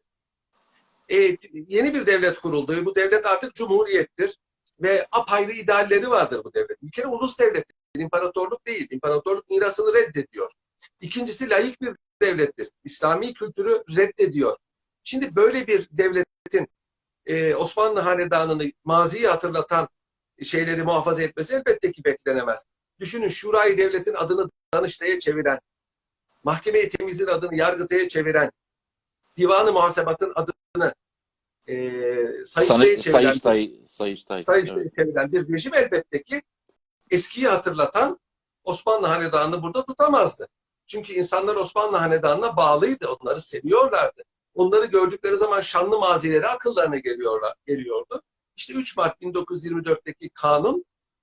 E, yeni bir devlet kuruldu. Bu devlet artık cumhuriyettir. Ve apayrı idealleri vardır bu devlet. Bir kere ulus devlet, imparatorluk değil. İmparatorluk mirasını reddediyor. İkincisi laik bir devlettir. İslami kültürü reddediyor. Şimdi böyle bir devletin e, Osmanlı Hanedanı'nı maziyi hatırlatan şeyleri muhafaza etmesi elbette ki beklenemez. Düşünün Şurayı Devlet'in adını Danıştay'a çeviren, Mahkeme-i Temiz'in adını Yargıtay'a çeviren, Divan-ı Muhasebat'ın adını e, Sayıştay'a çeviren, Sayıştay, Sayıştay, Sayıştay'a evet. çeviren bir rejim elbette ki eskiyi hatırlatan Osmanlı Hanedanı'nı burada tutamazdı. Çünkü insanlar Osmanlı Hanedanı'na bağlıydı. Onları seviyorlardı. Onları gördükleri zaman şanlı mazileri akıllarına geliyorlar, geliyordu. İşte üç Mart bin dokuz yüz yirmi dörtteki kanun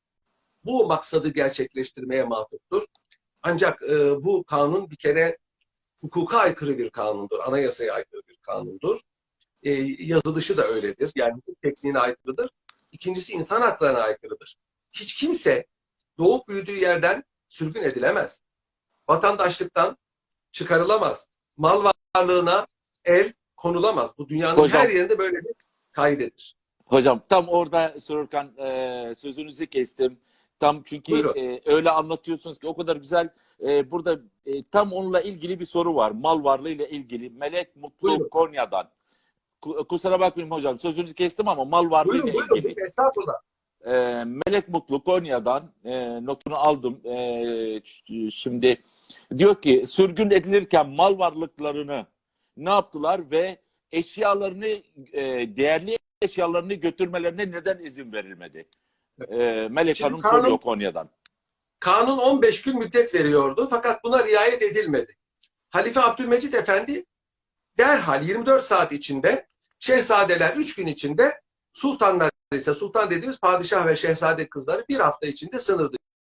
bu maksadı gerçekleştirmeye matuftur. Ancak e, bu kanun bir kere hukuka aykırı bir kanundur. Anayasaya aykırı bir kanundur. E, yazılışı da öyledir. Yani hukuk tekniğine aykırıdır. İkincisi insan haklarına aykırıdır. Hiç kimse doğup büyüdüğü yerden sürgün edilemez. Vatandaşlıktan çıkarılamaz. Mal varlığına el konulamaz. Bu dünyanın Hocam, her yerinde böyle bir kaidedir. Hocam tam orada sorurken e, sözünüzü kestim. Tam çünkü e, öyle anlatıyorsunuz ki o kadar güzel. E, burada e, tam onunla ilgili bir soru var. Mal varlığı ile ilgili. Melek Mutlu Buyurun. Konya'dan. Kusura bakmayın hocam. Sözünüzü kestim ama mal varlığı ile Buyurun, ilgili. buyurun. Estağfurullah. E, Melek Mutlu Konya'dan e, notunu aldım. E, şimdi diyor ki sürgün edilirken mal varlıklarını ne yaptılar ve eşyalarını e, değerli eşyalarını götürmelerine neden izin verilmedi? E, Melek Şimdi Hanım kanun, soruyor Konya'dan. Kanun on beş gün müddet veriyordu fakat buna riayet edilmedi. Halife Abdülmecit Efendi derhal yirmi dört saat içinde şehzadeler üç gün içinde sultanlar ise sultan dediğimiz padişah ve şehzade kızları bir hafta içinde sınırdı.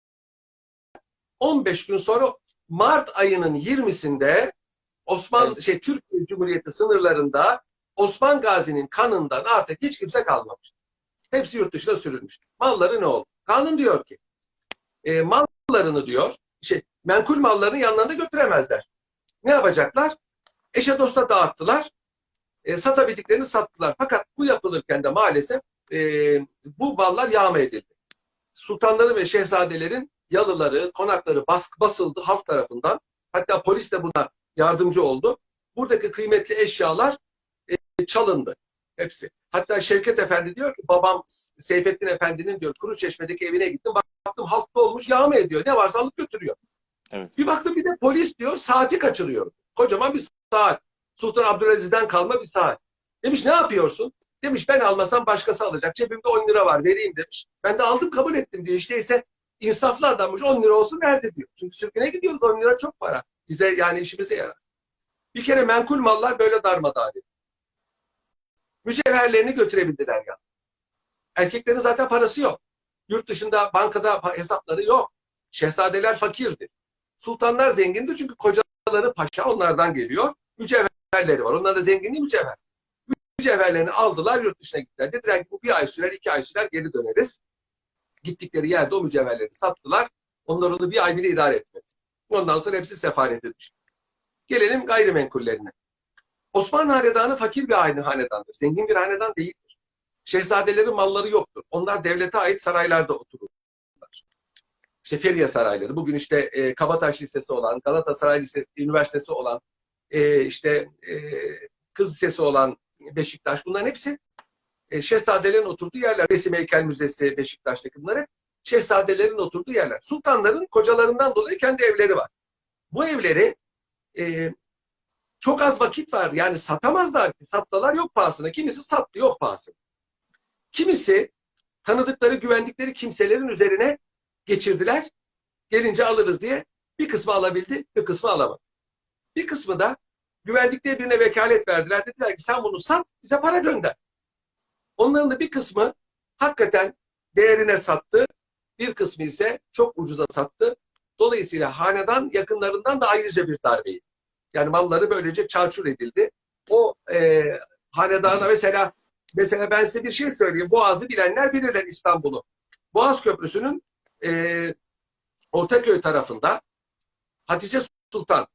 on beş gün sonra Mart ayının yirmisinde Osman Evet. şey Türkiye Cumhuriyeti sınırlarında Osman Gazi'nin kanından artık hiç kimse kalmamış. Hepsi yurt dışına sürülmüş. Malları ne oldu? Kanun diyor ki e, mallarını diyor şey menkul mallarını yanlarında götüremezler. Ne yapacaklar? Eşe dosta dağıttılar. E, satabildiklerini sattılar. Fakat bu yapılırken de maalesef e, bu mallar yağma edildi. Sultanların ve şehzadelerin yalıları, konakları baskı basıldı halk tarafından. Hatta polis de buna yardımcı oldu. Buradaki kıymetli eşyalar e, çalındı. Hepsi. Hatta Şevket Efendi diyor ki babam Seyfettin Efendi'nin diyor Kuruçeşme'deki evine gittim. Baktım halkta olmuş yağma ediyor. Ne varsa alıp götürüyor. Evet. Bir baktım bir de polis diyor saati kaçırıyor. Kocaman bir saat. Sultan Abdülaziz'den kalma bir saat. Demiş ne yapıyorsun? Demiş ben almasam başkası alacak. Cebimde on lira var vereyim demiş. Ben de aldım kabul ettim diyor. İşte ise insaflı adammış on lira olsun verdi diyor. Çünkü sürgüne gidiyoruz on lira çok para. Bize yani işimize yarar. Bir kere menkul mallar böyle darmadağın edildi. Mücevherlerini götürebildiler ya. Erkeklerin zaten parası yok. Yurt dışında bankada hesapları yok. Şehzadeler fakirdi. Sultanlar zengindi çünkü kocaları paşa onlardan geliyor. Mücevherleri var. Onların da zenginliği mücevher. Mücevherlerini aldılar yurt dışına gittiler. Dediler ki bu bir ay sürer, iki ay sürer geri döneriz. Gittikleri yerde o mücevherleri sattılar. Onlar onu bir ay bile idare etmedi. Ondan sonra hepsi sefaret etmiş. Gelelim gayrimenkullerine. Osmanlı Hanedanı fakir bir hanedandır. Zengin bir hanedan değildir. Şehzadelerin malları yoktur. Onlar devlete ait saraylarda otururlar. İşte Feriye sarayları, bugün işte e, Kabataş Lisesi olan, Galatasaray Lisesi, Üniversitesi olan, e, işte e, Kız Lisesi olan Beşiktaş, bunların hepsi e, şehzadelerin oturduğu yerler. Resim Heykel Müzesi Beşiktaş'taki, bunlar hep şehzadelerin oturduğu yerler. Sultanların kocalarından dolayı kendi evleri var. Bu evleri e, çok az vakit var. Yani satamazlar ki. Satsalar yok pahasına. Kimisi sattı yok pahasına. Kimisi tanıdıkları, güvendikleri kimselerin üzerine geçirdiler. Gelince alırız diye. Bir kısmı alabildi, bir kısmı alamadı. Bir kısmı da güvendikleri birine vekalet verdiler. Dediler ki sen bunu sat, bize para gönder. Onların da bir kısmı hakikaten değerine sattı. Bir kısmı ise çok ucuza sattı. Dolayısıyla hanedan yakınlarından da ayrıca bir darbe. Yani malları böylece çarçur edildi. O e, hanedana mesela mesela ben size bir şey söyleyeyim. Boğaz'ı bilenler bilirler, İstanbul'u. Boğaz Köprüsü'nün e, Ortaköy tarafında Hatice Sultan,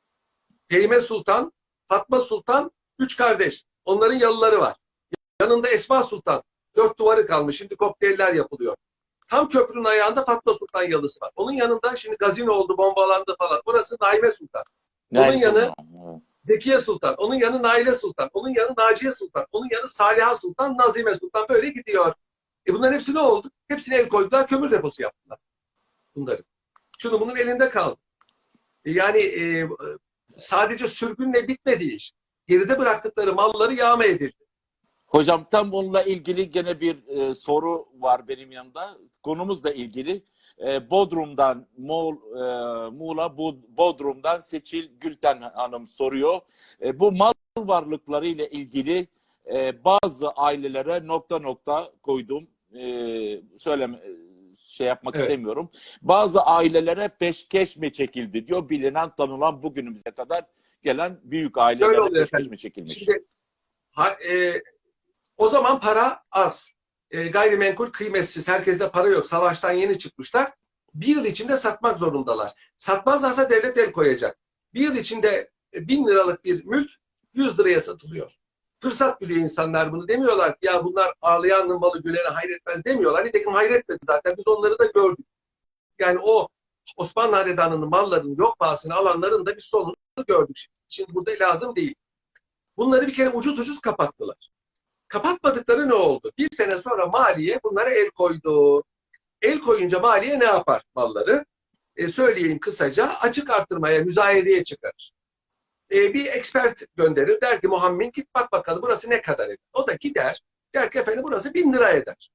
Peyme Sultan, Fatma Sultan, üç kardeş. Onların yalıları var. Yanında Esma Sultan. Dört duvarı kalmış. Şimdi kokteyller yapılıyor. Tam köprünün ayağında Fatma Sultan yalısı var. Onun yanında şimdi gazino oldu, bombalandı falan. Burası Naime Sultan. Onun Neyse, yanı Zekiye Sultan. Onun yanı Naile Sultan. Onun yanı Naciye Sultan. Onun yanı Saliha Sultan, Nazime Sultan. Böyle gidiyor. E bunların hepsi ne oldu? Hepsine el koydular. Kömür deposu yaptılar. Bunları. Şunu bunun elinde kaldı. E yani e, sadece sürgünle bitmedi iş. Geride bıraktıkları malları yağma edildi. Hocam tam bununla ilgili gene bir e, soru var benim yanımda. Konumuzla ilgili. E, Bodrum'dan, Muğ, e, Muğla Bodrum'dan Seçil Gülten Hanım soruyor. E, bu mal varlıkları ile ilgili e, bazı ailelere nokta nokta koydum. E, söyleme şey yapmak Evet. istemiyorum. Bazı ailelere peşkeş mi çekildi diyor. Bilinen, tanınan, bugünümüze kadar gelen büyük ailelere peşkeş mi çekilmiş? Şimdi ha, e, o zaman para az. E, gayrimenkul kıymetsiz. Herkeste para yok. Savaştan yeni çıkmışlar. Bir yıl içinde satmak zorundalar. Satmazlarsa devlet el koyacak. Bir yıl içinde bin liralık bir mülk yüz liraya satılıyor. Fırsat biliyor insanlar bunu. Demiyorlar ki ya bunlar ağlayanın malı gülene hayretmez demiyorlar. Nitekim hayretmedi zaten. Biz onları da gördük. Yani o Osmanlı Hanedanı'nın mallarının yok pahasını alanların da bir sonunu gördük. Şimdi burada lazım değil. Bunları bir kere ucuz ucuz kapattılar. Kapatmadıkları ne oldu? Bir sene sonra maliye bunlara el koydu. El koyunca maliye ne yapar malları? E, söyleyeyim kısaca, açık artırmaya, müzayedeye çıkarır. E, bir expert gönderir. Der ki Muhammed git bak bakalım burası ne kadar eder. O da gider. Der ki efendim burası bin lira eder.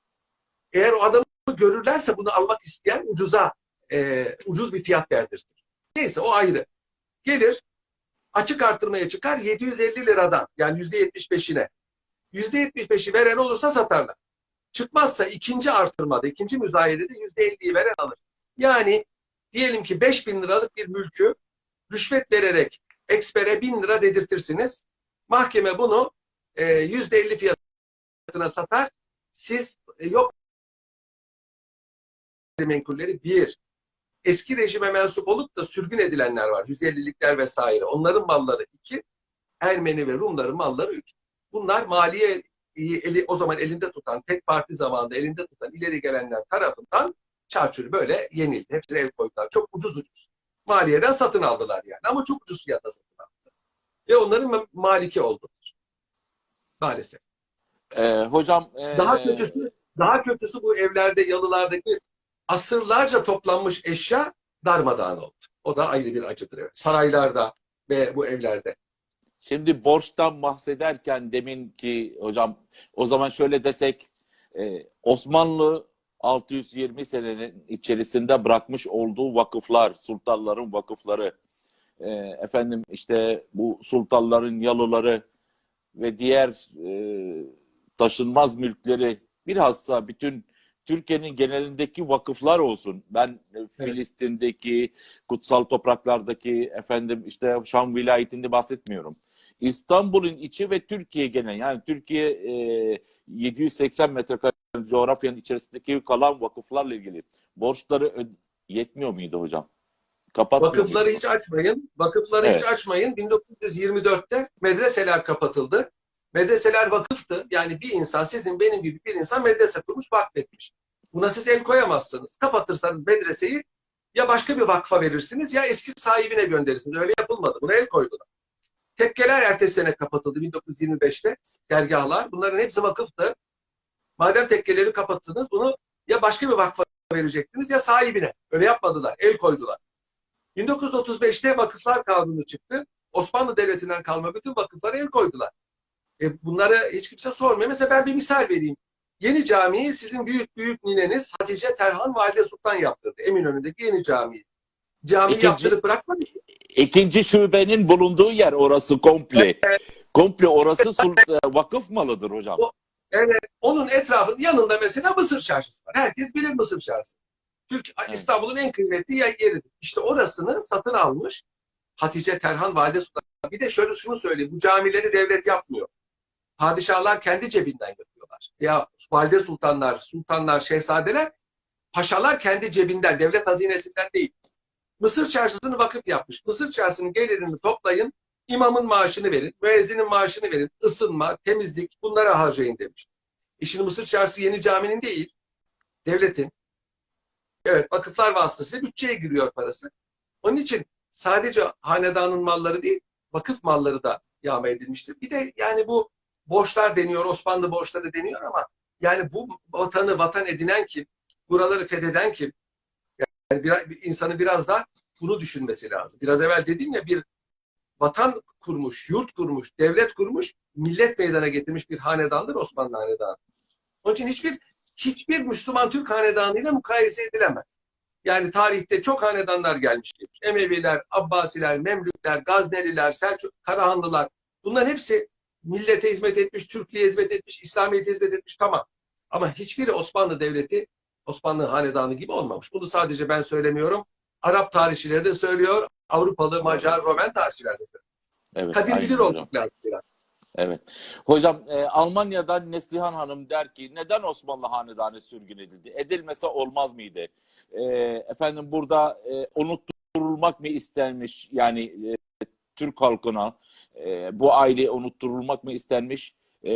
Eğer o adamı görürlerse bunu almak isteyen ucuza, e, ucuz bir fiyat verdirtir. Neyse o ayrı. Gelir açık artırmaya çıkar yedi yüz elli liradan, yani yüzde yetmiş beşine. yüzde yetmiş beşi veren olursa satarlar. Çıkmazsa ikinci artırmada, ikinci müzayedede yüzde elliyi veren alır. Yani diyelim ki beş bin liralık bir mülkü rüşvet vererek ekspere bin lira dedirtirsiniz. Mahkeme bunu e, yüzde elli fiyatına satar. Siz e, yok menkulleri bir. Eski rejime mensup olup da sürgün edilenler var. yüz ellilikler vesaire. Onların malları iki. Ermeni ve Rumların malları üç. Bunlar maliye eli, o zaman elinde tutan, tek parti zamanında elinde tutan ileri gelenler tarafından çarçur böyle yenildi. Hepsine el koydular. Çok ucuz ucuz. Maliyeden satın aldılar yani. Ama çok ucuz fiyata satın aldılar. Ve onların maliki oldular. Maalesef. Ee, hocam e... daha kötüsü daha kötüsü bu evlerde, yalılardaki asırlarca toplanmış eşya darmadağın oldu. O da ayrı bir acıdır. Evet. Saraylarda ve bu evlerde. Şimdi borçtan bahsederken demin ki hocam, o zaman şöyle desek, e, Osmanlı altı yüz yirmi senenin içerisinde bırakmış olduğu vakıflar, sultanların vakıfları, e, efendim işte bu sultanların yalıları ve diğer e, taşınmaz mülkleri, bilhassa bütün Türkiye'nin genelindeki vakıflar olsun. Ben evet. Filistin'deki, kutsal topraklardaki, efendim işte Şam vilayetinde bahsetmiyorum. İstanbul'un içi ve Türkiye genel, yani Türkiye e, yedi yüz seksen metrekare coğrafyanın içerisindeki kalan vakıflarla ilgili borçları yetmiyor muydu hocam? Kapatmıyor Vakıfları muydu? hiç açmayın. Vakıfları hiç Evet. açmayın. bin dokuz yüz yirmi dörtte medreseler kapatıldı. Medreseler vakıftı. Yani bir insan, sizin benim gibi bir insan medrese kurmuş, vakfetmiş. Buna siz el koyamazsınız. Kapatırsanız medreseyi ya başka bir vakfa verirsiniz ya eski sahibine gönderirsiniz. Öyle yapılmadı. Buna el koydular. Tekkeler ertesi sene kapatıldı bin dokuz yüz yirmi beşte. Dergahlar. Bunların hepsi vakıftı. Madem tekkeleri kapattınız, bunu ya başka bir vakfa verecektiniz ya sahibine. Öyle yapmadılar. El koydular. bin dokuz yüz otuz beşte Vakıflar Kanunu çıktı. Osmanlı Devleti'nden kalma bütün vakıflara el koydular. E bunları hiç kimse sormuyor. Mesela ben bir misal vereyim. Yeni camiyi sizin büyük büyük nineniz Hatice Terhan Valide Sultan yaptırdı. Eminönü'ndeki yeni camiyi. Camiyi İkinci, yaptırıp bırakmadı. ikinci şubenin bulunduğu yer orası komple. Evet, Komple orası sul- vakıf malıdır hocam. o, evet, onun etrafının yanında mesela Mısır Çarşısı var. Herkes bilir Mısır Çarşısı. Türk, Evet. İstanbul'un en kıymetli yeridir. İşte orasını satın almış Hatice Terhan Valide Sultan. Bir de şöyle şunu söyleyeyim. Bu camileri devlet yapmıyor. Padişahlar kendi cebinden yapıyorlar. Ya valide sultanlar, sultanlar, şehzadeler, paşalar kendi cebinden, devlet hazinesinden değil. Mısır Çarşısı'nı vakıf yapmış. Mısır Çarşısı'nın gelirini toplayın, imamın maaşını verin, müezzinin maaşını verin, ısınma, temizlik bunlara harcayın demiş. E şimdi Mısır Çarşısı yeni caminin değil, devletin. Evet, vakıflar vasıtasıyla bütçeye giriyor parası. Onun için sadece hanedanın malları değil, vakıf malları da yağma edilmiştir. Bir de yani bu borçlar deniyor, Osmanlı borçları deniyor ama yani bu vatanı vatan edinen kim? Buraları fetheden kim? Yani bir, bir insanın biraz da bunu düşünmesi lazım. Biraz evvel dediğim ya, bir vatan kurmuş, yurt kurmuş, devlet kurmuş, millet meydana getirmiş bir hanedandır Osmanlı hanedanı. Onun için hiçbir hiçbir Müslüman Türk hanedanıyla mukayese edilemez. Yani tarihte çok hanedanlar gelmiş geçmiş. Emeviler, Abbasiler, Memlükler, Gazneliler, Selçuk, Karahanlılar. Bunların hepsi millete hizmet etmiş, Türklüğe hizmet etmiş, İslamiyet'e hizmet etmiş, tamam. Ama hiçbiri Osmanlı Devleti, Osmanlı hanedanı gibi olmamış. Bunu sadece ben söylemiyorum. Arap tarihçileri de söylüyor. Avrupalı, Macar, Roman tarihçiler de söylüyor. Evet, Kadir aynen bilir hocam. olduk lazım biraz. Evet. Hocam e, Almanya'dan Neslihan Hanım der ki neden Osmanlı hanedanı sürgün edildi? Edilmese olmaz mıydı? E, efendim burada e, unutturulmak mı istenmiş? Yani e, Türk halkına e, bu aile unutturulmak mı istenmiş? E,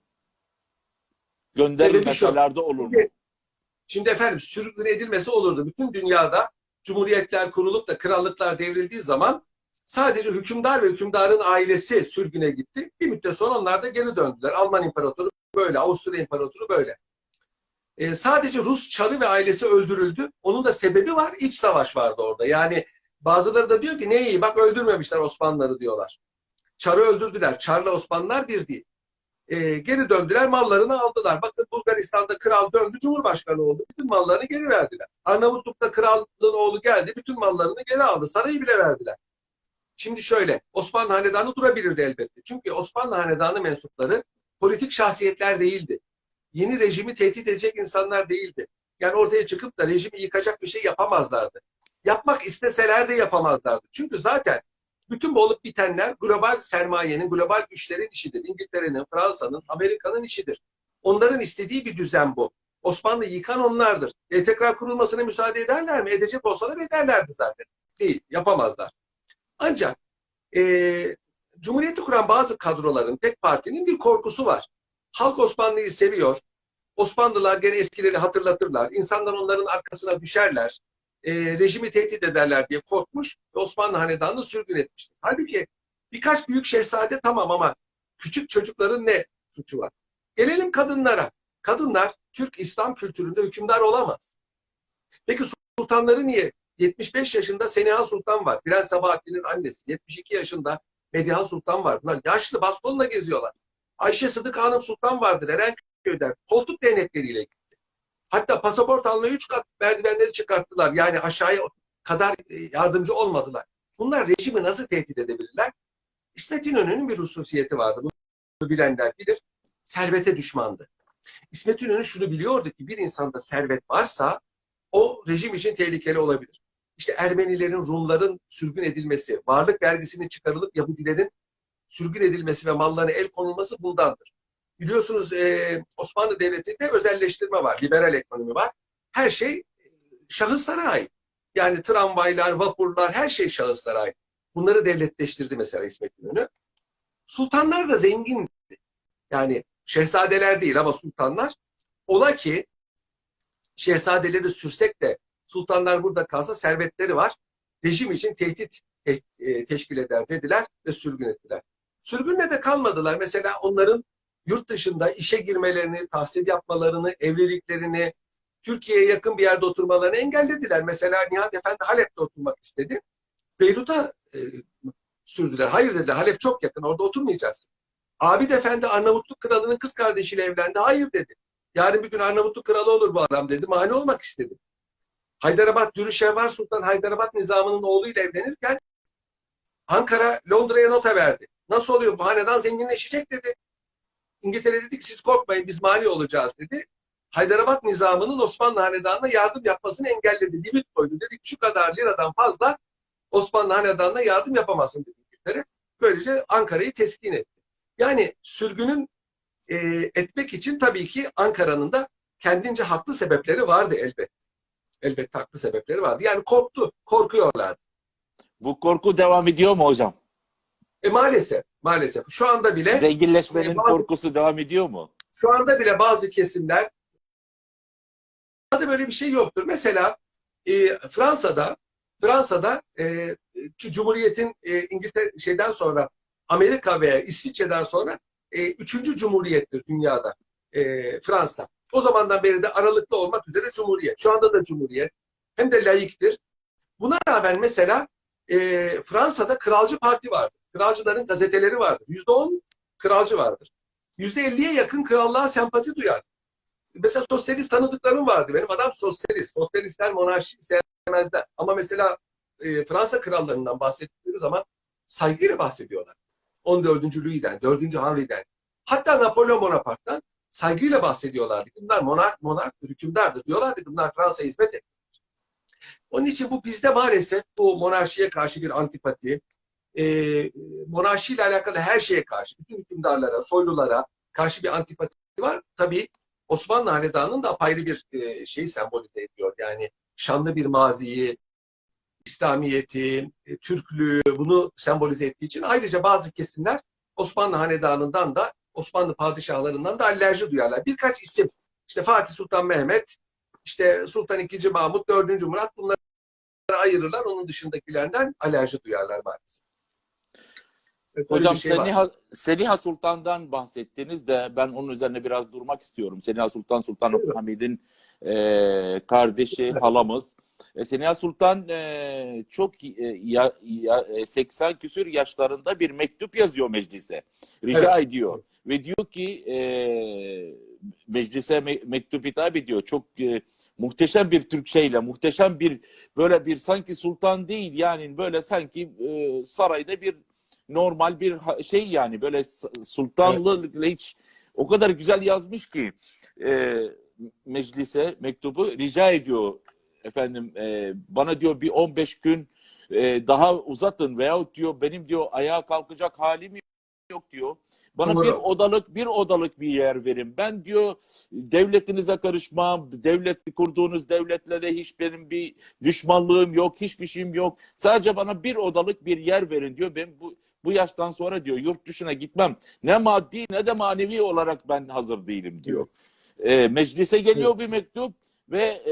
gönderilmeseler de olur mu? Şimdi efendim sürgün edilmesi olurdu. Bütün dünyada cumhuriyetler kurulup da krallıklar devrildiği zaman sadece hükümdar ve hükümdarın ailesi sürgüne gitti. Bir müddet sonra onlar da geri döndüler. Alman İmparatoru böyle, Avusturya İmparatoru böyle. Ee, sadece Rus çarı ve ailesi öldürüldü. Onun da sebebi var. İç savaş vardı orada. Yani bazıları da diyor ki ne iyi bak öldürmemişler Osmanlıları diyorlar. Çarı öldürdüler. Çarla Osmanlılar bir değil. E, geri döndüler, mallarını aldılar. Bakın Bulgaristan'da kral döndü, cumhurbaşkanı oldu. Bütün mallarını geri verdiler. Arnavutluk'ta kralın oğlu geldi, bütün mallarını geri aldı. Sarayı bile verdiler. Şimdi şöyle, Osmanlı Hanedanı durabilirdi elbette. Çünkü Osmanlı Hanedanı mensupları politik şahsiyetler değildi. Yeni rejimi tehdit edecek insanlar değildi. Yani ortaya çıkıp da rejimi yıkacak bir şey yapamazlardı. Yapmak isteseler de yapamazlardı. Çünkü zaten bütün bu olup bitenler global sermayenin, global güçlerin işidir. İngiltere'nin, Fransa'nın, Amerika'nın işidir. Onların istediği bir düzen bu. Osmanlı yıkan onlardır. E, tekrar kurulmasına müsaade ederler mi? Edecek olsalar ederlerdi zaten. Değil, yapamazlar. Ancak e, Cumhuriyeti kuran bazı kadroların, tek partinin bir korkusu var. Halk Osmanlı'yı seviyor. Osmanlılar gene eskileri hatırlatırlar. İnsanlar onların arkasına düşerler. E, rejimi tehdit ederler diye korkmuş ve Osmanlı Hanedanı'nı sürgün etmiştir. Halbuki birkaç büyük şehzade tamam ama küçük çocukların ne suçu var? Gelelim kadınlara. Kadınlar Türk İslam kültüründe hükümdar olamaz. Peki sultanları niye? yetmiş beş yaşında Seniha Sultan var. Prens Sabahattin'in annesi. yetmiş iki yaşında Mediha Sultan var. Bunlar yaşlı bastonla geziyorlar. Ayşe Sıdık Hanım Sultan vardır. Erenköy'den. Koltuk değnekleriyle gitti. Hatta pasaport almaya üç kat merdivenleri çıkarttılar. Yani aşağıya kadar yardımcı olmadılar. Bunlar rejimi nasıl tehdit edebilirler? İsmet İnönü'nün bir hususiyeti vardı. Bunu bilenler bilir. Servete düşmandı. İsmet İnönü şunu biliyordu ki bir insanda servet varsa o rejim için tehlikeli olabilir. İşte Ermenilerin, Rumların sürgün edilmesi, varlık vergisinin çıkarılıp Yahudilerin sürgün edilmesi ve mallarına el konulması bundandır. Biliyorsunuz e, Osmanlı Devleti'nde özelleştirme var, liberal ekonomi var. Her şey şahıslara ait. Yani tramvaylar, vapurlar, her şey şahıslara ait. Bunları devletleştirdi mesela İsmet İnönü. Sultanlar da zengindi. Yani şehzadeler değil ama sultanlar. Ola ki şehzadeleri sürsek de sultanlar burada kalsa servetleri var. Rejim için tehdit te e, teşkil eder dediler ve sürgün ettiler. Sürgünle de kalmadılar. Mesela onların yurt dışında işe girmelerini, tahsil yapmalarını, evliliklerini, Türkiye'ye yakın bir yerde oturmalarını engellediler. Mesela Nihat Efendi Halep'te oturmak istedi. Beyrut'a e, sürdüler. Hayır dediler, Halep çok yakın, orada oturmayacaksın. Abid Efendi Arnavutluk kralının kız kardeşiyle evlendi. Hayır dedi. Yarın bir gün Arnavutluk kralı olur bu adam dedi. Mani olmak istedi. Haydarabad Dürüşevvar Sultan Haydarabad Nizamı'nın oğluyla evlenirken Ankara Londra'ya nota verdi. Nasıl oluyor? Bu hanedan zenginleşecek dedi. İngiltere dedi ki siz korkmayın biz mani olacağız dedi. Haydarabad Nizamı'nın Osmanlı Hanedanı'na yardım yapmasını engelledi. Limit koydu. Dedi şu kadar liradan fazla Osmanlı Hanedanı'na yardım yapamazsın dedi İngiltere. Böylece Ankara'yı teskin etti. Yani sürgünün e, etmek için tabii ki Ankara'nın da kendince haklı sebepleri vardı elbet. Elbette haklı sebepleri vardı. Yani korktu, korkuyorlardı. Bu korku devam ediyor mu hocam? E maalesef, maalesef. Şu anda bile Zenginleşmenin e, bazı, korkusu devam ediyor mu? şu anda bile bazı kesimler da böyle bir şey yoktur. Mesela e, Fransa'da Fransa'da e, ki Cumhuriyet'in e, İngiltere şeyden sonra Amerika veya İsviçre'den sonra e, üçüncü cumhuriyettir dünyada e, Fransa. O zamandan beri de aralıklı olmak üzere cumhuriyet. Şu anda da cumhuriyet. Hem de laiktir. Buna rağmen mesela e, Fransa'da kralcı parti vardır. Kralcıların gazeteleri vardır. Yüzde on kralcı vardır. Yüzde elliye yakın krallığa sempati duyar. Mesela sosyalist tanıdıklarım vardı. Benim adam sosyalist. Sosyalistler monarşi sevmezler. Ama mesela e, Fransa krallarından bahsettikleri zaman saygıyla bahsediyorlar. on dördüncü Louis'den, dördüncü Henry'den. Hatta Napolyon Bonaparte'dan saygıyla bahsediyorlardı. Bunlar monark, monarktır, hükümdardır diyorlardı. Bunlar Fransa'ya hizmet etti. Onun için bu bizde maalesef bu monarşiye karşı bir antipati, e, monarşiyle alakalı her şeye karşı, bütün hükümdarlara, soylulara karşı bir antipati var. Tabii Osmanlı Hanedanı'nın da apayrı bir e, şeyi sembolize ediyor. Yani şanlı bir maziyi, İslamiyeti, e, Türklüğü bunu sembolize ettiği için ayrıca bazı kesimler Osmanlı Hanedanı'ndan da Osmanlı padişahlarından da alerji duyarlar. Birkaç isim, işte Fatih Sultan Mehmet, işte Sultan ikinci. Mahmut, dördüncü. Murat bunları ayırırlar. Onun dışındakilerinden alerji duyarlar maalesef. Evet, Hocam şey Seniha, Seniha Sultan'dan bahsettiniz de ben onun üzerine biraz durmak istiyorum. Seniha Sultan Sultan Abdülhamid'in e, kardeşi, evet. halamız. E, Seniha Sultan e, çok e, ya, ya, seksen küsür yaşlarında bir mektup yazıyor meclise. Rica Evet. ediyor. Ve diyor ki e, meclise me mektup hitap ediyor. Çok e, muhteşem bir Türkçeyle, muhteşem bir böyle bir sanki sultan değil yani böyle sanki e, sarayda bir normal bir şey yani böyle sultanlıkla hiç o kadar güzel yazmış ki e, meclise mektubu rica ediyor efendim e, bana diyor bir on beş gün e, daha uzatın veyahut diyor benim diyor ayağa kalkacak halim yok diyor. Bana Doğru. bir odalık bir odalık bir yer verin. Ben diyor devletinize karışmam. Devlet kurduğunuz devletlere hiç benim bir düşmanlığım yok. Hiçbir şeyim yok. Sadece bana bir odalık bir yer verin diyor. Ben bu bu yaştan sonra diyor yurt dışına gitmem. Ne maddi ne de manevi olarak ben hazır değilim diyor. Evet. E, meclise geliyor evet. bir mektup ve e,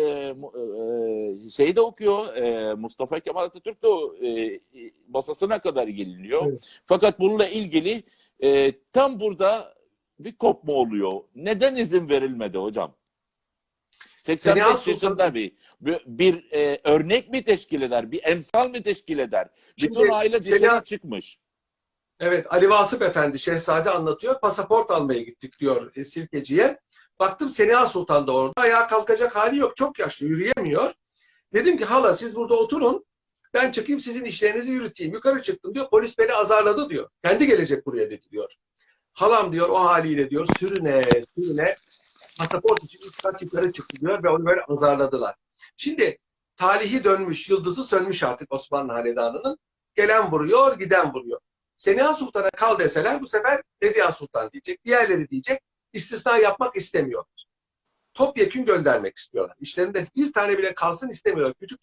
e, şeyi de okuyor. E, Mustafa Kemal Atatürk de o e, masasına kadar geliniyor. Evet. Fakat bununla ilgili e, tam burada bir kopma oluyor. Neden izin verilmedi hocam? seksen beş yaşında bir bir, bir e, örnek mi teşkil eder? Bir emsal mi teşkil eder? Şimdi, bütün aile dışarı Seniha, çıkmış. Evet, Ali Vasıf Efendi Şehzade anlatıyor. Pasaport almaya gittik diyor e, Sirkeci'ye. Baktım Seniha Sultan da orada. Ayağa kalkacak hali yok. Çok yaşlı, yürüyemiyor. Dedim ki hala siz burada oturun. Ben çıkayım sizin işlerinizi yürüteyim. Yukarı çıktım diyor. Polis beni azarladı diyor. Kendi gelecek buraya dedi diyor. Halam diyor o haliyle diyor sürüne sürüne pasaport için üç kat yukarı çıktı diyor ve onu böyle azarladılar. Şimdi talihi dönmüş, yıldızı sönmüş artık Osmanlı Hanedanı'nın. Gelen vuruyor, giden vuruyor. Seniha Sultan'a kal deseler bu sefer Bediye Sultan diyecek. Diğerleri diyecek. İstisna yapmak istemiyorlar. Topyekün göndermek istiyorlar. İşlerinde bir tane bile kalsın istemiyorlar. Küçük çocuk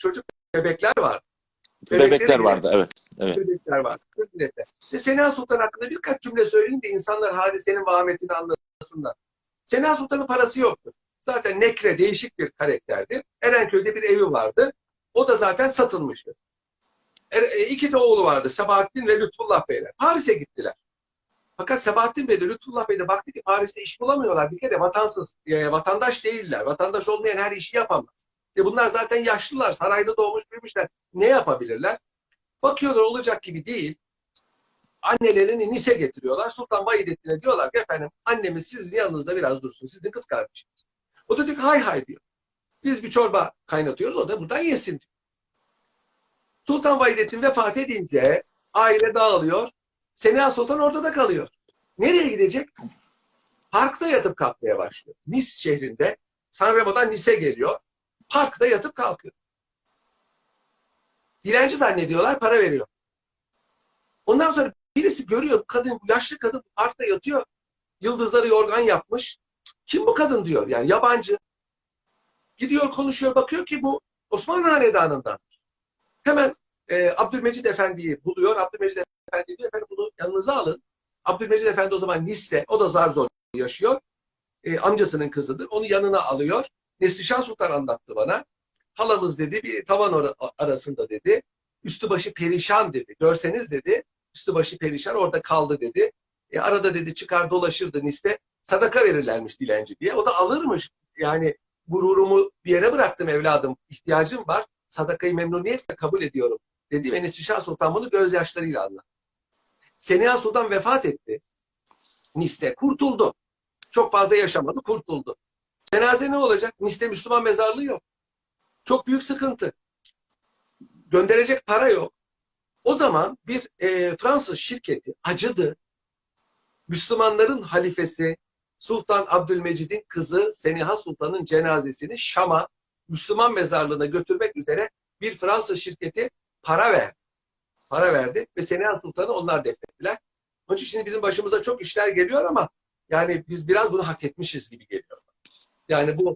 bebekler vardı. Bebekler vardı, evet. Evet. Bebekler vardı. Çok millete. Ve Sena Sultan hakkında birkaç cümle söyleyeyim de insanlar hadisenin vahametini anlasınlar. Sena Sultan'ın parası yoktu. Zaten nekre, değişik bir karakterdi. Erenköy'de bir evi vardı. O da zaten satılmıştı. E, iki de oğlu vardı. Sabahattin ve Lütfullah Beyler. Paris'e gittiler. Fakat Sabahattin Bey de Lütfullah Bey de baktı ki Paris'te iş bulamıyorlar. Bir kere vatansız, e, vatandaş değiller. Vatandaş olmayan her işi yapamaz. E bunlar zaten yaşlılar. Sarayda doğmuş büyümüşler. Ne yapabilirler? Bakıyorlar olacak gibi değil. Annelerini Nis'e getiriyorlar. Sultan Vahidettin'e diyorlar ki efendim annemiz sizin yanınızda biraz dursun. Sizin kız kardeşiniz. O da diyor ki hay hay diyor. Biz bir çorba kaynatıyoruz. O da buradan yesin diyor. Sultan Vahidettin vefat edince aile dağılıyor. Sena Sultan orada da kalıyor. Nereye gidecek? Parkta yatıp kalkmaya başlıyor. Nis şehrinde Sanremo'dan Nis'e geliyor. Parkta yatıp kalkıyor. Dilenci zannediyorlar, para veriyor. Ondan sonra birisi görüyor, kadın, yaşlı kadın parkta yatıyor. Yıldızları yorgan yapmış. Kim bu kadın diyor. Yani yabancı. Gidiyor konuşuyor, bakıyor ki bu Osmanlı Hanedanı'ndan. Hemen e, Abdülmecid Efendi'yi buluyor. Abdülmecid Efendi diyor efendim bunu yanınıza alın. Abdülmecid Efendi o zaman Nis'te. O da zar zor yaşıyor. E, amcasının kızıdır. Onu yanına alıyor. Neslişah Sultan anlattı bana. Halamız dedi bir tavan arasında dedi. Üstü başı perişan dedi. Görseniz dedi. Üstü başı perişan orada kaldı dedi. E, arada dedi çıkar dolaşırdı Nis'te. Sadaka verirlermiş dilenci diye. O da alırmış. Yani gururumu bir yere bıraktım evladım. İhtiyacım var. Sadakayı memnuniyetle kabul ediyorum dedi ve Neslişah Sultan bunu gözyaşlarıyla anlattı. Seniha Sultan vefat etti. Nis'te kurtuldu. Çok fazla yaşamadı, kurtuldu. Cenaze ne olacak? Nis'te Müslüman mezarlığı yok. Çok büyük sıkıntı. Gönderecek para yok. O zaman bir e, Fransız şirketi acıdı. Müslümanların halifesi Sultan Abdülmecid'in kızı Seniha Sultan'ın cenazesini Şam'a Müslüman mezarlığına götürmek üzere bir Fransız şirketi para verdi. Para verdi ve Seniha Sultan'ı onlar defnettiler. Onun için şimdi bizim başımıza çok işler geliyor ama yani biz biraz bunu hak etmişiz gibi geliyor. Yani bu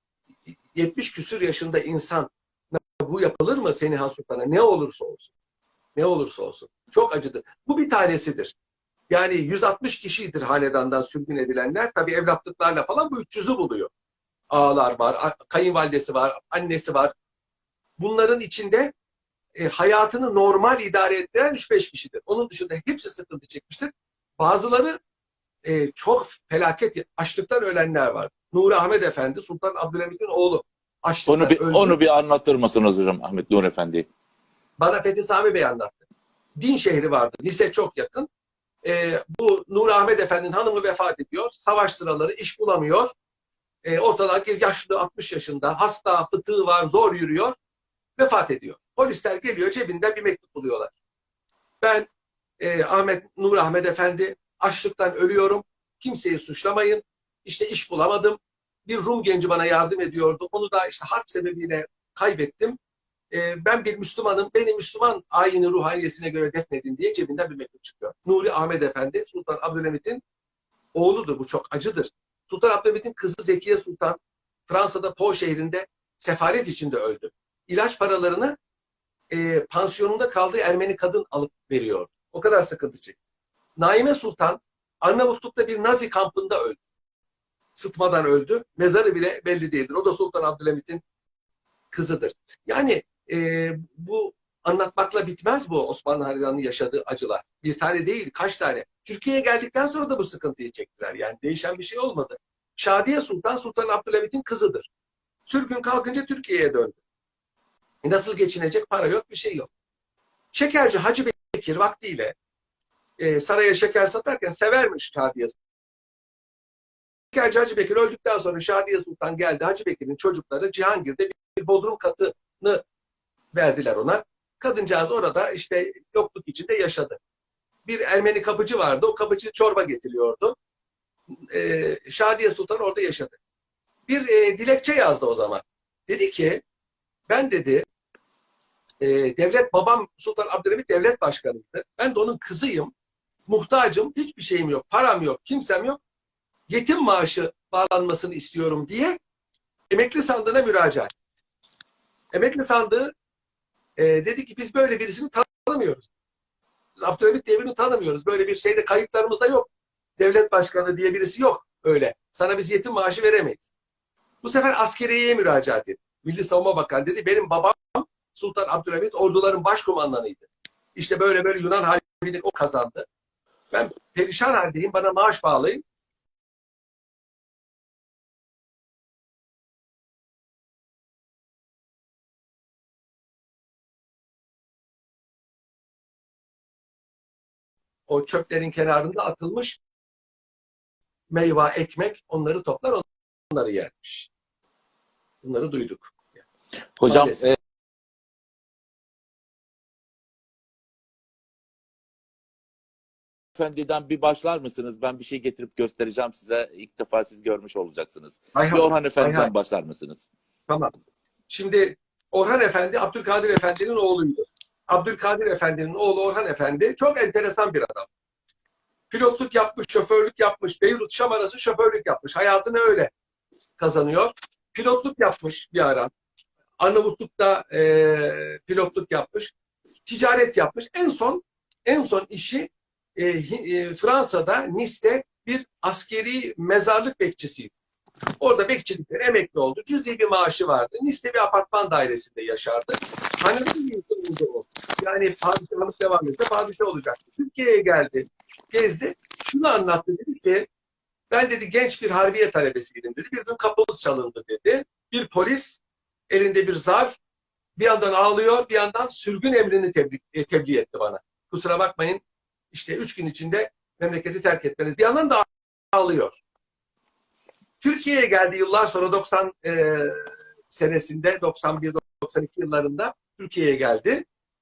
yetmiş küsür yaşında insan bu yapılır mı Seniha Sultan'a? Ne olursa olsun. Ne olursa olsun. Çok acıdır. Bu bir tanesidir. Yani yüz altmış kişidir hanedandan sürgün edilenler. Tabii evlatlıklarla falan bu üç yüzü buluyor. Ağalar var, kayınvalidesi var, annesi var. Bunların içinde e, hayatını normal idare ettiren üç beş kişidir. Onun dışında hepsi sıkıntı çekmiştir. Bazıları e, çok felaket, açlıktan ölenler var. Nuri Ahmet Efendi, Sultan Abdülhamid'in oğlu. Açlıktan Onu bir, öldü. onu bir anlatır mısınız hocam Ahmet Nur Efendi? Bana Fethi Sami Bey anlattı. Din şehri vardı. Lise çok yakın. E, bu Nuri Ahmet Efendi'nin hanımı vefat ediyor. Savaş sıraları iş bulamıyor. E, ortalığa yaşlı altmış yaşında. Hasta, fıtığı var, zor yürüyor. Vefat ediyor. Polisler geliyor cebinden bir mektup buluyorlar. Ben e, Ahmet Nur Ahmet Efendi açlıktan ölüyorum. Kimseyi suçlamayın. İşte iş bulamadım. Bir Rum genci bana yardım ediyordu. Onu da işte harp sebebiyle kaybettim. E, ben bir Müslümanım. Beni Müslüman ayini ruhaniyesine göre defnedin diye cebinden bir mektup çıkıyor. Nuri Ahmet Efendi Sultan Abdülhamit'in oğludur. Bu çok acıdır. Sultan Abdülhamit'in kızı Zekiye Sultan Fransa'da Po şehrinde sefalet içinde öldü. İlaç paralarını e, pansiyonunda kaldığı Ermeni kadın alıp veriyordu. O kadar sıkıntı çekti. Naime Sultan Arnavutluk'ta bir Nazi kampında öldü. Sıtmadan öldü. Mezarı bile belli değildir. O da Sultan Abdülhamit'in kızıdır. Yani e, bu anlatmakla bitmez bu Osmanlı Hanedanı'nın yaşadığı acılar. Bir tane değil, kaç tane. Türkiye'ye geldikten sonra da bu sıkıntıyı çektiler. Yani değişen bir şey olmadı. Şadiye Sultan, Sultan Abdülhamit'in kızıdır. Sürgün kalkınca Türkiye'ye döndü. Nasıl geçinecek? Para yok, bir şey yok. Şekerci Hacı Bekir vaktiyle e, saraya şeker satarken severmiş Şadiye Sultan. Şekerci Hacı Bekir öldükten sonra Şadiye Sultan geldi. Hacı Bekir'in çocukları Cihangir'de bir bodrum katını verdiler ona. Kadıncağız orada işte yokluk içinde yaşadı. Bir Ermeni kapıcı vardı. O kapıcı çorba getiriyordu. E, Şadiye Sultan orada yaşadı. Bir e, dilekçe yazdı o zaman. Dedi ki ben dedi e, devlet babam Sultan Abdülhamit devlet başkanıydı. Ben de onun kızıyım. Muhtacım. Hiçbir şeyim yok. Param yok. Kimsem yok. Yetim maaşı bağlanmasını istiyorum diye emekli sandığına müracaat. Emekli sandığı E, dedi ki biz böyle birisini tanımıyoruz. Biz Abdülhamit diye birini tanımıyoruz. Böyle bir şeyde kayıtlarımızda yok. Devlet başkanı diye birisi yok öyle. Sana biz yetim maaşı veremeyiz. Bu sefer askeriyeye müracaat etti. Milli Savunma Bakanı dedi benim babam Sultan Abdülhamit orduların başkumandanıydı. İşte böyle böyle Yunan Harbi'ni o kazandı. Ben perişan haldeyim, bana maaş bağlayın. O çöplerin kenarında atılmış meyve, ekmek, onları toplar, onları yermiş. Bunları duyduk. Hocam Maalesef. e, Efendi'den bir başlar mısınız? Ben bir şey getirip göstereceğim size. İlk defa siz görmüş olacaksınız. Hay Bir hay, Orhan hay Efendi'den hay. başlar mısınız? Tamam. Şimdi Orhan Efendi, Abdülkadir Efendi'nin oğluydu. Abdülkadir Efendi'nin oğlu Orhan Efendi çok enteresan bir adam. Pilotluk yapmış, şoförlük yapmış, Beyrut-Şam arası şoförlük yapmış. Hayatını öyle kazanıyor. Pilotluk yapmış bir ara. Arnavutluk'ta e, pilotluk yapmış. Ticaret yapmış. En son en son işi e, e, Fransa'da Nice'de bir askeri mezarlık bekçisiydi. Orada bekçilikten emekli oldu. Cüzi bir maaşı vardı. Nice'de bir apartman dairesinde yaşardı. Hani bir insanıydı o. Yani padişahlık devam etse padişah olacaktı. Türkiye'ye geldi, gezdi. Şunu anlattı, dedi ki ben dedi genç bir harbiye talebesiydim dedi. Bir gün kapımız çalındı dedi. Bir polis elinde bir zarf bir yandan ağlıyor, bir yandan sürgün emrini tebliğ, e, tebliğ etti bana. Kusura bakmayın, işte üç gün içinde memleketi terk etmeniz. Bir yandan da ağlıyor. Türkiye'ye geldi yıllar sonra doksan e, senesinde, doksan bir doksan iki yıllarında Türkiye'ye geldi.